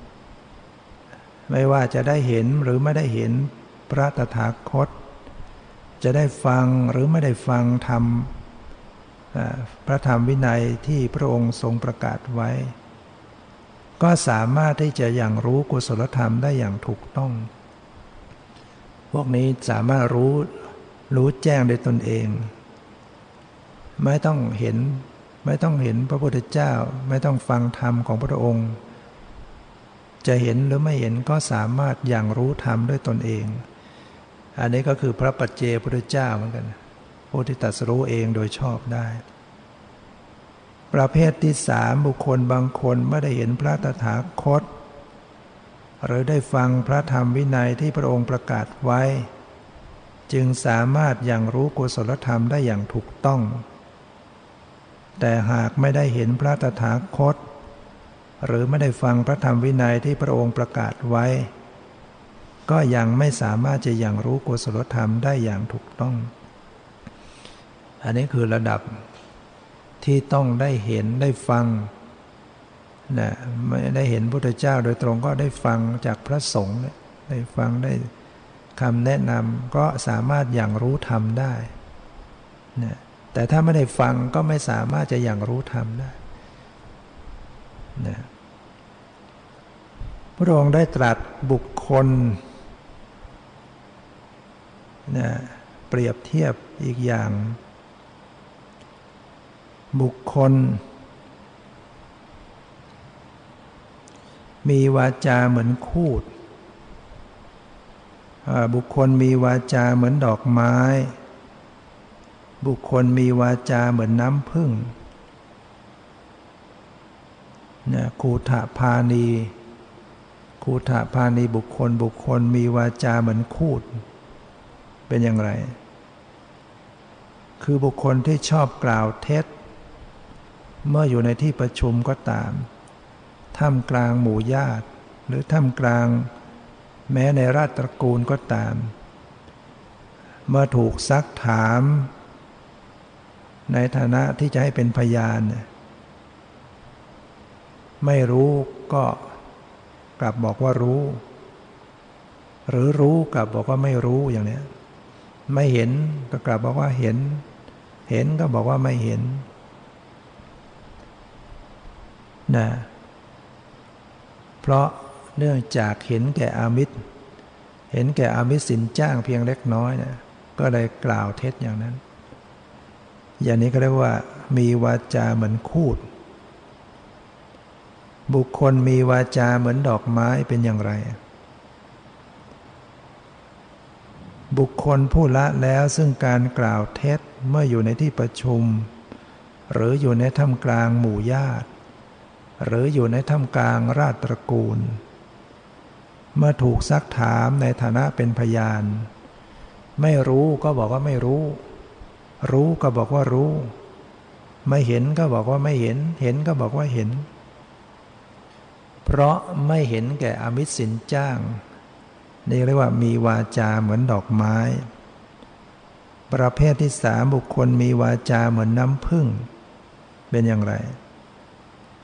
ไม่ว่าจะได้เห็นหรือไม่ได้เห็นพระตถาคตจะได้ฟังหรือไม่ได้ฟังธรรมพระธรรมวินัยที่พระองค์ทรงประกาศไว้ก็สามารถที่จะยังรู้กุศลธรรมได้อย่างถูกต้องพวกนี้สามารถรู้แจ้งด้วยตนเองไม่ต้องเห็นพระพุทธเจ้าไม่ต้องฟังธรรมของพระองค์จะเห็นหรือไม่เห็นก็สามารถยังรู้ธรรมด้วยตนเองอันนี้ก็คือพระปัจเจกพุทธเจ้าเหมือนกันผู้ที่ตรัสรู้เองโดยชอบได้ประเภทที่3บุคคลบางคนไม่ได้เห็นพระตถาคตหรือได้ฟังพระธรรมวินัยที่พระองค์ประกาศไว้จึงสามารถยังรู้กุศลธรรมได้อย่างถูกต้องแต่หากไม่ได้เห็นพระตถาคตหรือไม่ได้ฟังพระธรรมวินัยที่พระองค์ประกาศไว้ก็ยังไม่สามารถจะยังรู้กุศลธรรมได้อย่างถูกต้องอันนี้คือระดับที่ต้องได้เห็นได้ฟังนะไม่ได้เห็นพระพุทธเจ้าโดยตรงก็ได้ฟังจากพระสงฆ์ได้ฟังได้คำแนะนำก็สามารถยังรู้ธรรมได้นะแต่ถ้าไม่ได้ฟังก็ไม่สามารถจะยังรู้ธรรมได้นะพระองค์ได้ตรัสบุคคลนะเปรียบเทียบอีกอย่างบุคคลมีวาจาเหมือนคูฐบุคคลมีวาจาเหมือนดอกไม้บุคคลมีวาจาเหมือนน้ำผึ้งคูฐพานีบุคคลมีวาจาเหมือนคูฐเป็นอย่างไรคือบุคคลที่ชอบกล่าวเท็จเมื่ออยู่ในที่ประชุมก็ตามท่ามกลางหมู่ญาติหรือท่ามกลางแม้ในราชตระกูลก็ตามเมื่อถูกซักถามในฐานะที่จะให้เป็นพยานไม่รู้ก็กลับบอกว่ารู้หรือรู้กลับบอกว่าไม่รู้อย่างนี้ไม่เห็นก็กลับบอกว่าเห็นก็บอกว่าไม่เห็นนะเพราะเนื่องจากเห็นแก่อามิตรสินจ้างเพียงเล็กน้อยนะก็เลยกล่าวเท็จอย่างนั้นอย่างนี้ก็เรียกว่ามีวาจาเหมือนคูฐบุคคลมีวาจาเหมือนดอกไม้เป็นอย่างไรบุคคลผู้ละแล้วซึ่งการกล่าวเท็จเมื่ออยู่ในที่ประชุมหรืออยู่ในท่ามกลางหมู่ญาติหรืออยู่ในท่ามกลางราชตระกูลเมื่อถูกซักถามในฐานะเป็นพยานไม่รู้ก็บอกว่าไม่รู้รู้ก็บอกว่ารู้ไม่เห็นก็บอกว่าไม่เห็นเห็นก็บอกว่าเห็นเพราะไม่เห็นแก่อามิตรสินจ้างนี่เรียกว่ามีวาจาเหมือนดอกไม้ประเภทที่3บุคคลมีวาจาเหมือนน้ำผึ้งเป็นอย่างไร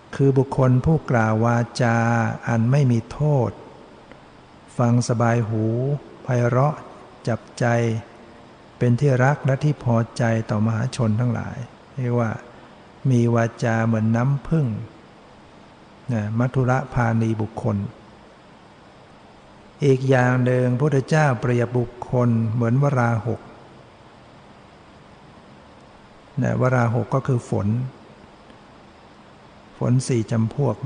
คือบุคคลผู้กล่าววาจาอันไม่มีโทษฟังสบายหูไพเราะจับใจเป็นที่รักและที่พอใจต่อมหาชนทั้งหลายเรียกว่ามีวาจาเหมือนน้ำผึ้งมัทุรพาณีบุคคลอีกอย่างหนึ่งพระพุทธเจ้าเปรียบบุคคลเหมือนวราหกวราหกก็คือฝนสี่จำพวก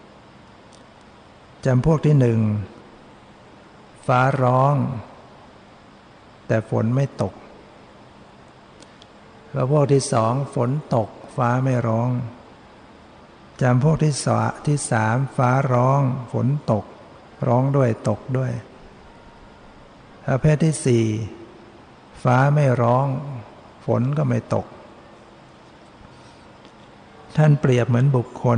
ที่หนึ่งฟ้าร้องแต่ฝนไม่ตกแล้วพวกที่สองฝนตกฟ้าไม่ร้องจำพวกที่สามฟ้าร้องฝนตกร้องด้วยตกด้วยประเภทที่สี่ฟ้าไม่ร้องฝนก็ไม่ตกท่านเปรียบเหมือนบุคคล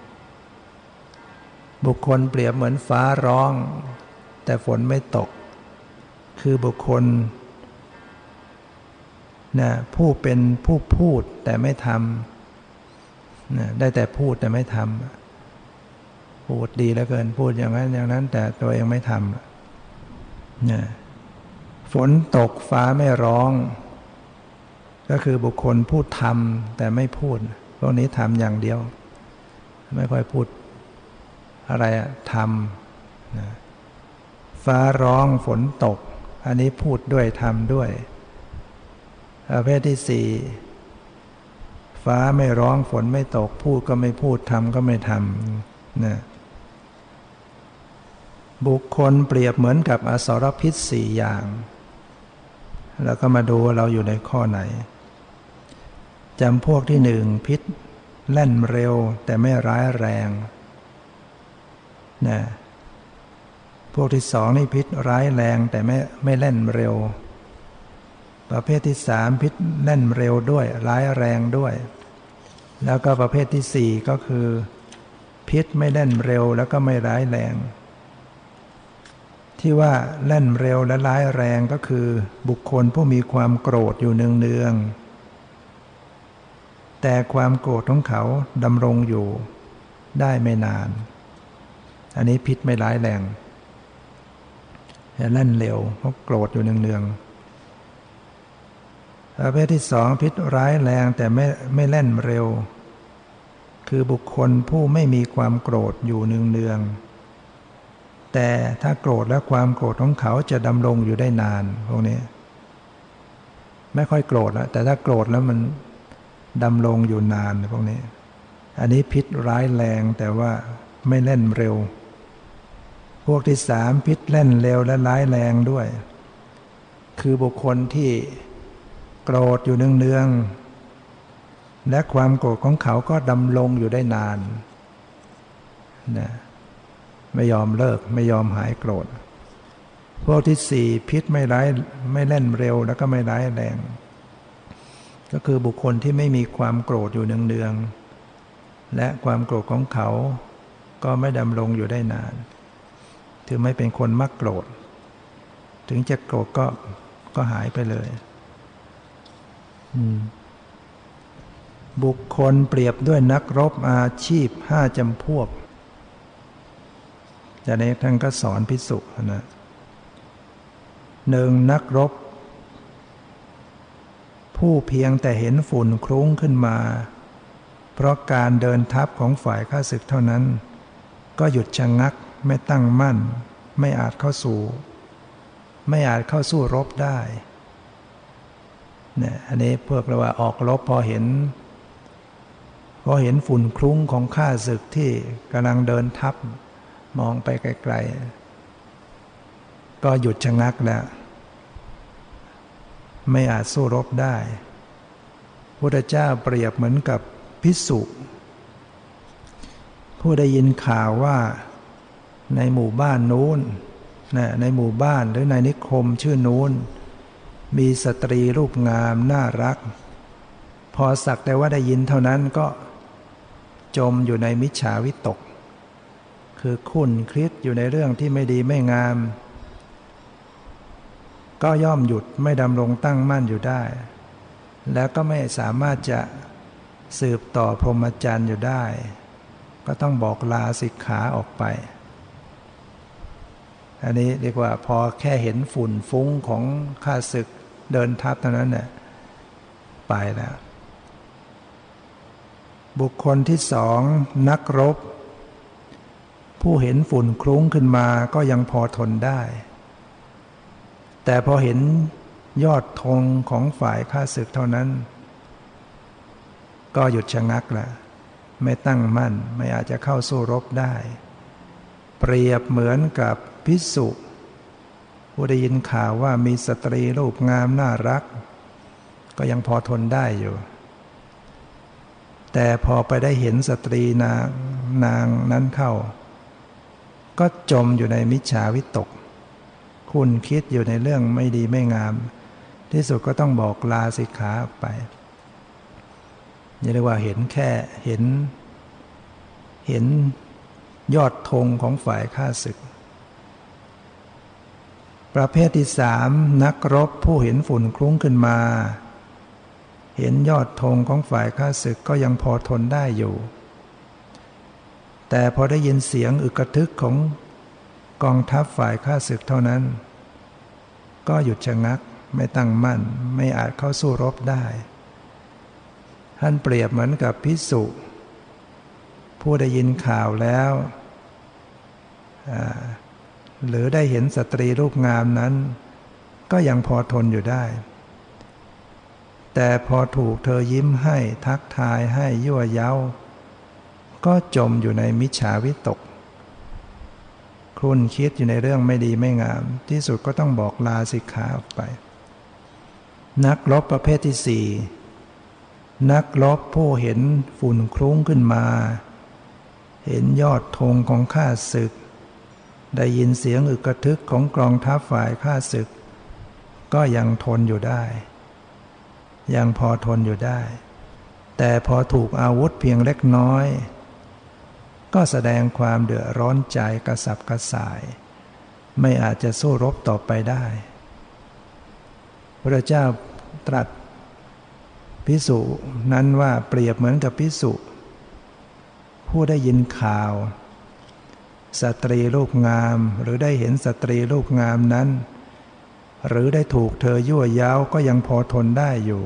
เปรียบเหมือนฟ้าร้องแต่ฝนไม่ตกคือบุคคลผู้เป็นผู้พูดแต่ไม่ทำได้แต่พูดแต่ไม่ทำพูดดีเหลือเกินพูดอย่างนั้นแต่ตัวเองไม่ทำฝนตกฟ้าไม่ร้องก็คือบุคคลพูดทำแต่ไม่พูดพวกนี้ทำอย่างเดียวไม่ค่อยพูดอะไรทำฟ้าร้องฝนตกอันนี้พูดด้วยทำด้วยประเภทที่สี่ฟ้าไม่ร้องฝนไม่ตกพูดก็ไม่พูดทำก็ไม่ทำนะบุคคลเปรียบเหมือนกับอสรพิษสี่อย่างแล้วก็มาดูว่าเราอยู่ในข้อไหนจำพวกที่หนึ่งพิษแล่นเร็วแต่ไม่ร้ายแรงนะพวกที่สองนี่พิษร้ายแรงแต่ไม่แล่นเร็วประเภทที่สามพิษแล่นเร็วด้วยร้ายแรงด้วยแล้วก็ประเภทที่สี่ก็คือพิษไม่แล่นเร็วแล้วก็ไม่ร้ายแรงที่ว่าแล่นเร็วและร้ายแรงก็คือบุคคลผู้มีความโกรธอยู่เนืองๆแต่ความโกรธของเขาดำรงอยู่ได้ไม่นานอันนี้พิษไม่ร้ายแรงแล่นเร็วเพราะโกรธอยู่เนืองๆประเภทที่สองพิษร้ายแรงแต่ไม่แล่นเร็วคือบุคคลผู้ไม่มีความโกรธอยู่เนืองๆแต่ถ้าโกรธแล้วความโกรธของเขาจะดำรงอยู่ได้นานพวกนี้ไม่ค่อยโกรธแล้วแต่ถ้าโกรธแล้วมันดำรงอยู่นานพวกนี้อันนี้พิษร้ายแรงแต่ว่าไม่เล่นเร็วพวกที่สามพิษเล่นเร็วและร้ายแรงด้วยคือบุคคลที่โกรธอยู่เนืองๆและความโกรธของเขาก็ดำรงอยู่ได้นานนะไม่ยอมเลิกไม่ยอมหายโกรธพวกที่สี่พิษไม่เล่นเร็วแล้วก็ไม่ร้ายแรงก็คือบุคคลที่ไม่มีความโกรธอยู่เนืองๆและความโกรธของเขาก็ไม่ดำรงอยู่ได้นานถึงไม่เป็นคนมักโกรธถึงจะโกรธก็หายไปเลยบุคคลเปรียบด้วยนักรบอาชีพห้าจำพวกจากนี้ท่านก็สอนภิกษุนะหนึ่งนักรบผู้เพียงแต่เห็นฝุ่นคลุ้งขึ้นมาเพราะการเดินทัพของฝ่ายข้าศึกเท่านั้นก็หยุดชะงักไม่ตั้งมั่นไม่อาจเข้าสู้รบได้เนี่ยอันนี้พวกเราว่าออกรบพอเห็นฝุ่นคลุ้งของข้าศึกที่กำลังเดินทัพมองไปไกลๆก็หยุดชะงักแล้วไม่อาจสู้รบได้พุทธเจ้าเปรียบเหมือนกับภิกษุผู้ได้ยินข่าวว่าในหมู่บ้านนู้นในหมู่บ้านหรือในนิคมชื่อนู้นมีสตรีรูปงามน่ารักพอสักแต่ว่าได้ยินเท่านั้นก็จมอยู่ในมิจฉาวิตกคือคุ้นคิดอยู่ในเรื่องที่ไม่ดีไม่งามก็ย่อมหยุดไม่ดำรงตั้งมั่นอยู่ได้แล้วก็ไม่สามารถจะสืบต่อพรหมจรรย์อยู่ได้ก็ต้องบอกลาสิกขาออกไปอันนี้เรียกว่าพอแค่เห็นฝุ่นฟุ้งของข้าศึกเดินทัพเท่านั้นเนี่ยไปแล้วบุคคลที่สองนักรบผู้เห็นฝุ่นคลุ้งขึ้นมาก็ยังพอทนได้แต่พอเห็นยอดธงของฝ่ายข้าศึกเท่านั้นก็หยุดชะงักละไม่ตั้งมั่นไม่อาจจะเข้าสู้รบได้เปรียบเหมือนกับภิกษุผู้ได้ยินข่าวว่ามีสตรีรูปงามน่ารักก็ยังพอทนได้อยู่แต่พอไปได้เห็นสตรีนางนั้นเข้าก็จมอยู่ในมิจฉาวิตกคุณคิดอยู่ในเรื่องไม่ดีไม่งามที่สุดก็ต้องบอกลาสิกขาออกไปนี่เรียกว่าเห็นแค่เห็นยอดธงของฝ่ายข้าศึกประเภทที่สามนักรบผู้เห็นฝุ่นคลุ้งขึ้นมาเห็นยอดธงของฝ่ายข้าศึกก็ยังพอทนได้อยู่แต่พอได้ยินเสียงอึกกระทึกของกองทัพฝ่ายข้าศึกเท่านั้นก็หยุดชะงักไม่ตั้งมั่นไม่อาจเข้าสู้รบได้ท่านเปรียบเหมือนกับภิกษุผู้ได้ยินข่าวแล้วหรือได้เห็นสตรีรูปงามนั้นก็ยังพอทนอยู่ได้แต่พอถูกเธอยิ้มให้ทักทายให้ยั่วเย้าก็จมอยู่ในมิจฉาวิตกครุ่นคิดอยู่ในเรื่องไม่ดีไม่งามที่สุดก็ต้องบอกลาสิกขาออกไปนักรบประเภทที่สี่นักรบผู้เห็นฝุ่นคลุ้งขึ้นมาเห็นยอดธงของข้าศึกได้ยินเสียงอึกกระทึกของกองทัพฝ่ายข้าศึกก็ยังทนอยู่ได้ยังพอทนอยู่ได้แต่พอถูกอาวุธเพียงเล็กน้อยก็แสดงความเดือดร้อนใจกระสับกระส่ายไม่อาจจะสู้รบต่อไปได้พระเจ้าตรัสภิกษุนั้นว่าเปรียบเหมือนกับภิกษุผู้ได้ยินข่าวสตรีรูปงามหรือได้เห็นสตรีรูปงามนั้นหรือได้ถูกเธอยั่วเย้าก็ยังพอทนได้อยู่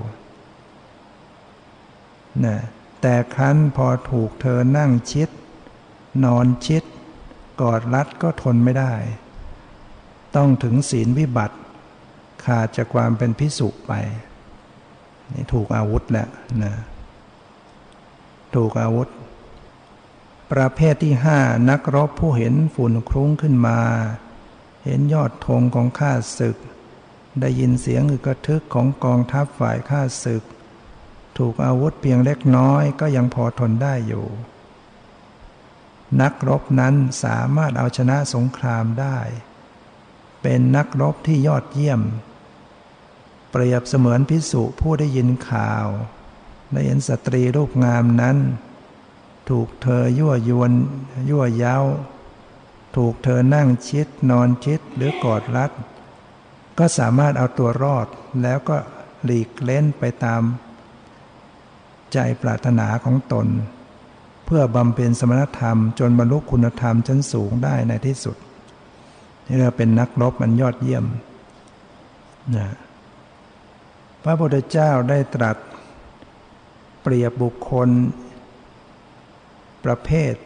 นะแต่ครั้นพอถูกเธอนั่งชิดนอนชิดกอดรัดก็ทนไม่ได้ต้องถึงศีลวิบัติขาดจากความเป็นภิกษุไปนี่ถูกอาวุธแล้วนะถูกอาวุธประเภทที่ห้านักรบผู้เห็นฝุ่นคลุ้งขึ้นมาเห็นยอดธงของข้าศึกได้ยินเสียงอึกกระทึกของกองทัพฝ่ายข้าศึกถูกอาวุธเพียงเล็กน้อยก็ยังพอทนได้อยู่นักรบนั้นสามารถเอาชนะสงครามได้เป็นนักรบที่ยอดเยี่ยมเปรียบเสมือนภิกษุผู้ได้ยินข่าวได้เห็นสตรีรูปงามนั้นถูกเธอยั่วยวนยั่วเย้าถูกเธอนั่งชิดนอนชิดหรือกอดรัดก็สามารถเอาตัวรอดแล้วก็หลีกเล่นไปตามใจปรารถนาของตนเพื่อบำเพ็ญสมณธรรมจนบรรลุคุณธรรมชั้นสูงได้ในที่สุดนี่เราเป็นนักรบมันยอดเยี่ยมนะพระพุทธเจ้าได้ตรัสเปรียบบุคคลประเภท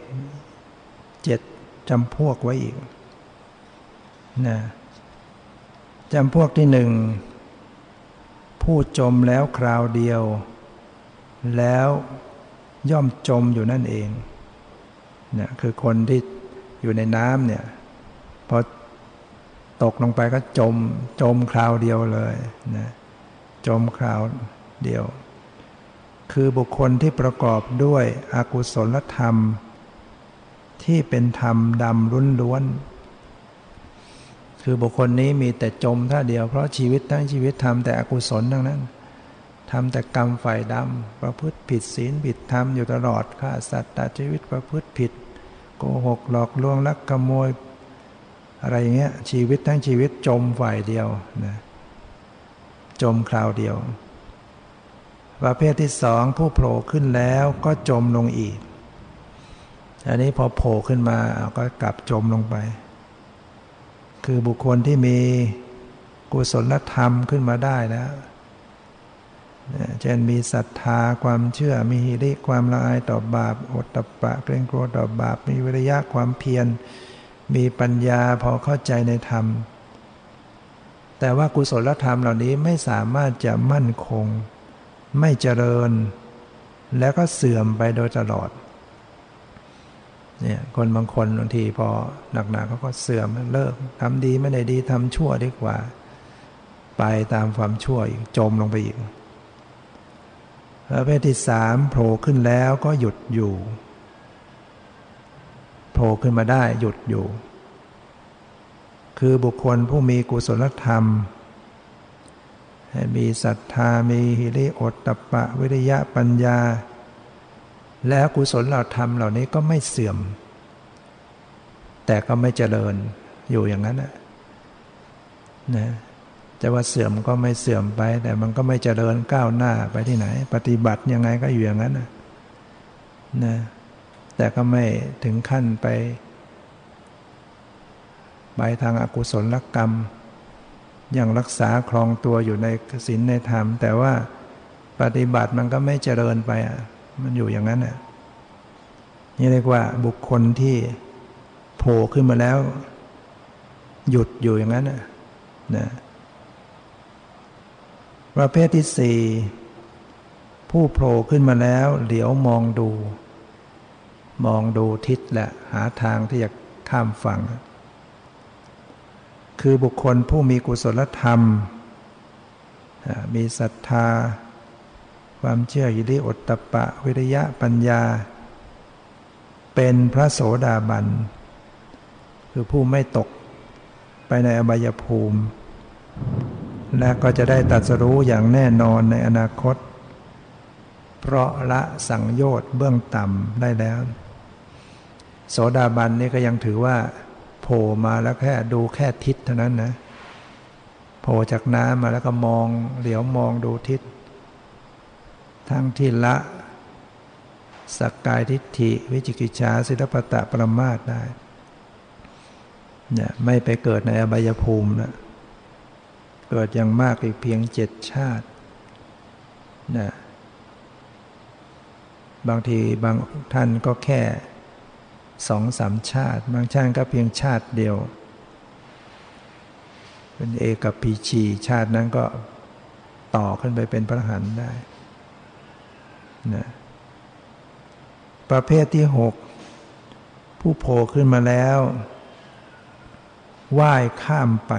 7จำพวกไว้อีกนะจำพวกที่หนึ่งผู้จมแล้วคราวเดียวแล้วย่อมจมอยู่นั่นเองเนี่ยคือคนที่อยู่ในน้ำเนี่ยพอตกลงไปก็จมคราวเดียวเลยนะจมคราวเดียวคือบุคคลที่ประกอบด้วยอกุศลธรรมที่เป็นธรรมดำล้วนๆคือบุคคลนี้มีแต่จมท่าเดียวเพราะชีวิตทั้งชีวิตทำแต่อกุศลทั้งนั้นทำแต่กรรมฝ่ายดำประพฤติผิดศีลผิดธรรมอยู่ตลอดฆ่าสัตว์ตัดชีวิตประพฤติผิดโกหกหลอกลวงลักขโมยอะไรเงี้ยชีวิตทั้งชีวิตจมฝ่ายเดียวนะจมคราวเดียวประเภทที่สองผู้โผล่ขึ้นแล้วก็จมลงอีกอันนี้พอโผล่ขึ้นมาก็กลับจมลงไปคือบุคคลที่มีกุศลธรรมขึ้นมาได้แล้วเช่นมีศรัทธาความเชื่อมีหิริความละอายต่อบาปโอตตัปปะเกรงกลัวต่อบาปมีวิริยะความเพียรมีปัญญาพอเข้าใจในธรรมแต่ว่ากุศลธรรมเหล่านี้ไม่สามารถจะมั่นคงไม่เจริญแล้วก็เสื่อมไปโดยตลอดเนี่ยคนบางคนบางทีพอหนักๆเขาก็เสื่อมเลิกทำดีไม่ได้ดีทำชั่วดีกว่าไปตามความชั่วอีกจมลงไปอีกประเภทที่สามโผล่ขึ้นแล้วก็หยุดอยู่โผล่ขึ้นมาได้หยุดอยู่คือบุคคลผู้มีกุศลธรรมมีศรัทธามีหิริโอตตัปปะวิริยะปัญญาแล้วกุศลธรรมเหล่านี้ก็ไม่เสื่อมแต่ก็ไม่เจริญอยู่อย่างนั้นนะจะว่าเสื่อมก็ไม่เสื่อมไปแต่มันก็ไม่เจริญก้าวหน้าไปที่ไหนปฏิบัติยังไงก็อยู่อย่างนั้นนะแต่ก็ไม่ถึงขั้นไปทางอกุศลกรรมยังรักษาครองตัวอยู่ในศีลในธรรมแต่ว่าปฏิบัติมันก็ไม่เจริญไปมันอยู่อย่างนั้นนี่เรียกว่าบุคคลที่โผล่ขึ้นมาแล้วหยุดอยู่อย่างนั้นนะประเภทที่สี่ผู้โผล่ขึ้นมาแล้วเหลียวมองดูทิศและหาทางที่จะข้ามฝั่งคือบุคคลผู้มีกุศลธรรมมีศรัทธาความเชื่อหิริโอตตัปปะวิริยะปัญญาเป็นพระโสดาบันคือผู้ไม่ตกไปในอบายภูมิและก็จะได้ตรัสรู้อย่างแน่นอนในอนาคตเพราะละสังโยชน์เบื้องต่ำได้แล้วโสดาบันนี่ก็ยังถือว่าโผล่มาแล้วแค่ดูแค่ทิศเท่านั้นนะโผล่จากน้ำมาแล้วก็เหลียวมองดูทิศทั้งที่ละสักกายทิฏฐิวิจิกิจฉาสิลปตะปรมาสน์ได้เนี่ยไม่ไปเกิดในอบายภูมินะเกิดอย่างมากอีกเพียง7 ชาตินะบางทีบางท่านก็แค่2-3 ชาติบางชาติก็เพียงชาติเดียวเป็นเอกัปพีชีชาตินั้นก็ต่อขึ้นไปเป็นพระอรหันต์ได้นะประเภทที่6ผู้โผล่ขึ้นมาแล้วว่ายข้ามไป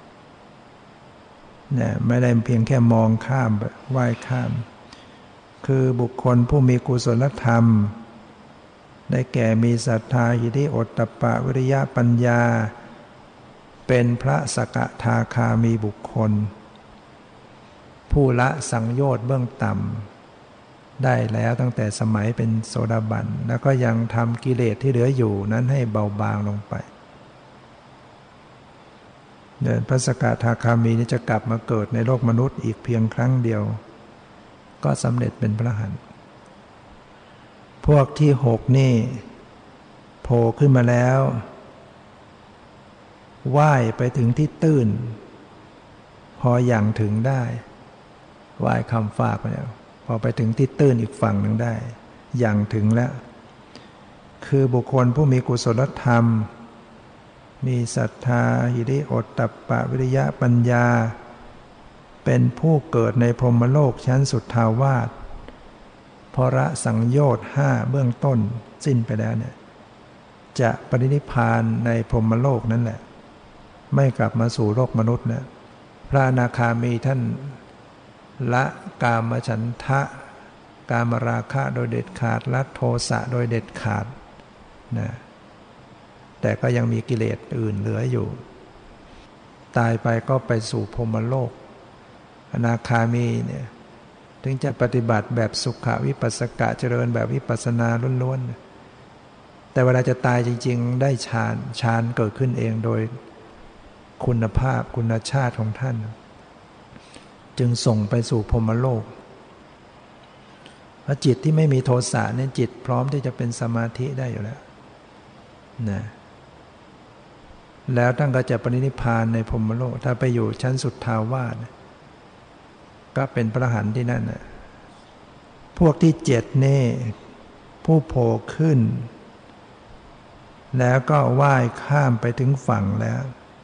เนี่ยไม่ได้เพียงแค่มองข้ามว่ายข้ามคือบุคคลผู้มีกุศลธรรมได้แก่มีศรัทธาหิริโอตตัปปะวิริยะปัญญาเป็นพระสกทาคามีบุคคลผู้ละสังโยชน์เบื้องต่ำได้แล้วตั้งแต่สมัยเป็นโสดาบันแล้วก็ยังทำกิเลสที่เหลืออยู่นั้นให้เบาบางลงไปเดินพระสกทาคามีนี้จะกลับมาเกิดในโลกมนุษย์อีกเพียงครั้งเดียวก็สำเร็จเป็นพระอรหันต์พวกที่6นี่โผล่ขึ้นมาแล้วว่ายไปถึงที่ตื้นพออย่างถึงได้ว่ายคำฟากไปแล้วพอไปถึงที่ตื้นอีกฝั่งหนึ่งได้อย่างถึงแล้วคือบุคคลผู้มีกุศลธรรมมีศรัทธาหิริโอตตัปปะวิริยะปัญญาเป็นผู้เกิดในพรหมโลกชั้นสุทธาวาสพอละสังโยชน์5เบื้องต้นสิ้นไปแล้วเนี่ยจะปรินิพพานในพรหมโลกนั่นแหละไม่กลับมาสู่โลกมนุษย์แล้วพระอนาคามีท่านละกามฉันทะกามราคะโดยเด็ดขาดละโทสะโดยเด็ดขาดนะแต่ก็ยังมีกิเลสอื่นเหลืออยู่ตายไปก็ไปสู่พรหมโลกอนาคามีเนี่ยถึงจะปฏิบัติแบบสุขวิปัสสกะเจริญแบบวิปัสสนาล้วนๆแต่เวลาจะตายจริงๆได้ฌานเกิดขึ้นเองโดยคุณภาพคุณชาติของท่านจึงส่งไปสู่พรหมโลกเพราะจิตที่ไม่มีโทสะเนี่ยจิตพร้อมที่จะเป็นสมาธิได้อยู่แล้วนะแล้วท่านก็จะปรินิพพานในพรหมโลกถ้าไปอยู่ชั้นสุทธาวาสก็เป็นพระอรหันต์ที่นั่นนะพวกที่7นี่ผู้โผล่ขึ้นแล้วก็ว่ายข้ามไปถึงฝั่งแล้ว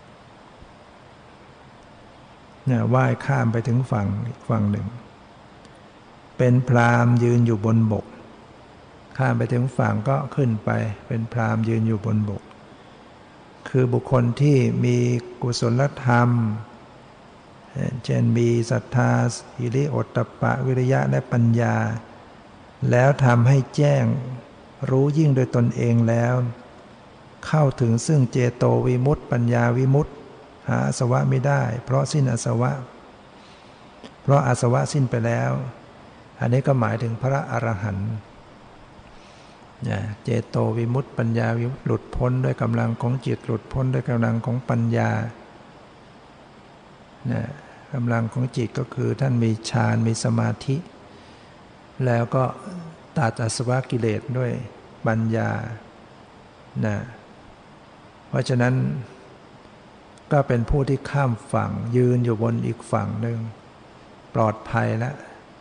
เนี่ยว่ายข้ามไปถึงฝั่งอีกฝั่งหนึ่งเป็นพราหมณ์ยืนอยู่บนบกข้ามไปถึงฝั่งก็ขึ้นไปเป็นพราหมณ์ยืนอยู่บนบกคือบุคคลที่มีกุศลธรรมเช่นมีศรัทธาหิริโอตตัปปะวิริยะและปัญญาแล้วทำให้แจ้งรู้ยิ่งโดยตนเองแล้วเข้าถึงซึ่งเจโตวิมุตติปัญญาวิมุตติหาอาสวะไม่ได้เพราะสิ้นอาสวะเพราะอาสวะสิ้นไปแล้วอันนี้ก็หมายถึงพระอรหันต์เจโตวิมุตติปัญญาวิมุตติหลุดพ้นด้วยกำลังของจิตหลุดพ้นด้วยกำลังของปัญญากำลังของจิตก็คือท่านมีฌานมีสมาธิแล้วก็ตัดอาสวะกิเลสด้วยปัญญาเพราะฉะนั้นก็เป็นผู้ที่ข้ามฝั่งยืนอยู่บนอีกฝั่งหนึ่งปลอดภัยแล้ว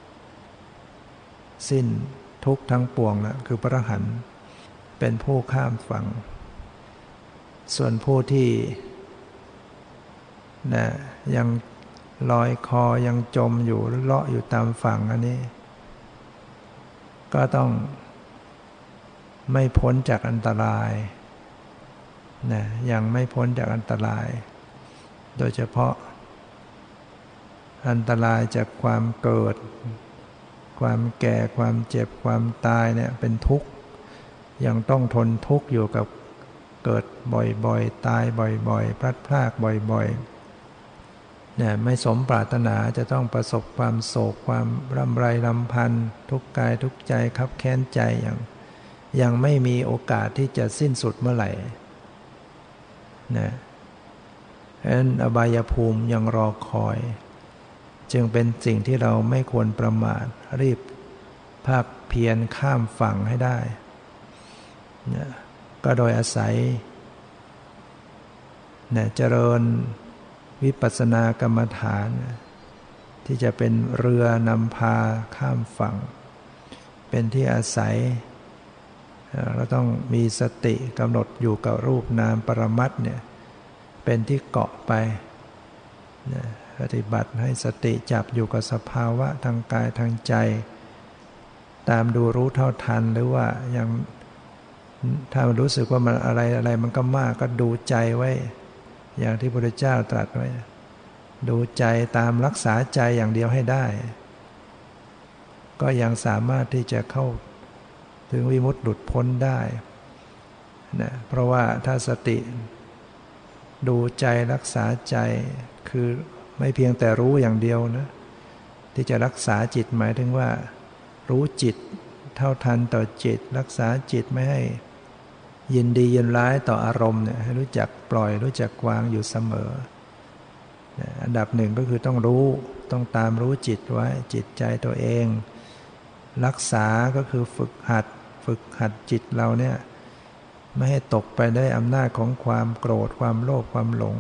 สิ้นทุกข์ทั้งปวงแล้วคือพระอรหันต์เป็นผู้ข้ามฝั่งส่วนผู้ที่ยังลอยคอยังจมอยู่เลาะอยู่ตามฝั่งอันนี้ก็ต้องไม่พ้นจากอันตรายยังไม่พ้นจากอันตรายโดยเฉพาะอันตรายจากความเกิดความแก่ความเจ็บความตายเนี่ยเป็นทุกข์ยังต้องทนทุกข์อยู่กับเกิดบ่อยๆตายบ่อยๆพลัดพรากบ่อยๆเนี่ยไม่สมปรารถนาจะต้องประสบความโศกความร่ำไรรำพันทุกข์กายทุกข์ใจคับแค้นใจยังไม่มีโอกาสที่จะสิ้นสุดเมื่อไหร่นะเพราะฉะนั้นอบายภูมิยังรอคอยจึงเป็นสิ่งที่เราไม่ควรประมาทรีบภาคเพียรข้ามฝั่งให้ได้นะก็โดยอาศัยเจริญวิปัสสนากรรมฐานที่จะเป็นเรือนำพาข้ามฝั่งเป็นที่อาศัยเราต้องมีสติกำหนดอยู่กับรูปนามปรมัตถ์เนี่ยเป็นที่เกาะไปปฏิบัติให้สติจับอยู่กับสภาวะทางกายทางใจตามดูรู้เท่าทันหรือว่ายังถ้ามันรู้สึกว่ามันอะไรมันก็มากก็ดูใจไว้อย่างที่พระพุทธเจ้าตรัสไว้ดูใจตามรักษาใจอย่างเดียวให้ได้ก็ยังสามารถที่จะเข้าถึงวิมุตติหลุดพ้นได้นะเพราะว่าถ้าสติดูใจรักษาใจคือไม่เพียงแต่รู้อย่างเดียวนะที่จะรักษาจิตหมายถึงว่ารู้จิตเท่าทันต่อจิตรักษาจิตไม่ให้ยินดียินร้ายต่ออารมณ์เนี่ยให้รู้จักปล่อยรู้จักวางอยู่เสมออันดับหนึ่งก็คือต้องรู้ต้องตามรู้จิตไว้จิตใจตัวเองรักษาก็คือฝึกหัดจิตเราเนี่ยไม่ให้ตกไปได้อำนาจของความโกรธความโลภความหลง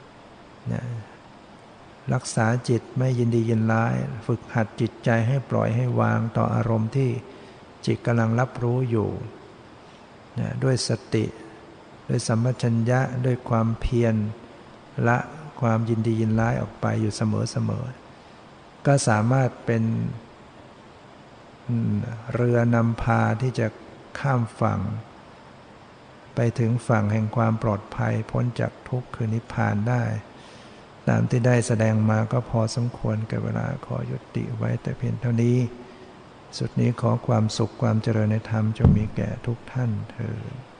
รักษาจิตไม่ยินดียินร้ายฝึกหัดจิตใจให้ปล่อยให้วางต่ออารมณ์ที่จิตกำลังรับรู้อยู่ด้วยสติด้วยสัมปชัญญะด้วยความเพียรละความยินดียินร้ายออกไปอยู่เสมอก็สามารถเป็นเรือนำพาที่จะข้ามฝั่งไปถึงฝั่งแห่งความปลอดภัยพ้นจากทุกข์คือนิพพานได้ตามที่ได้แสดงมาก็พอสมควรแก่เวลาขอยุติไว้แต่เพียงเท่านี้สุดนี้ขอความสุขความเจริญในธรรมจงมีแก่ทุกท่านเทอญ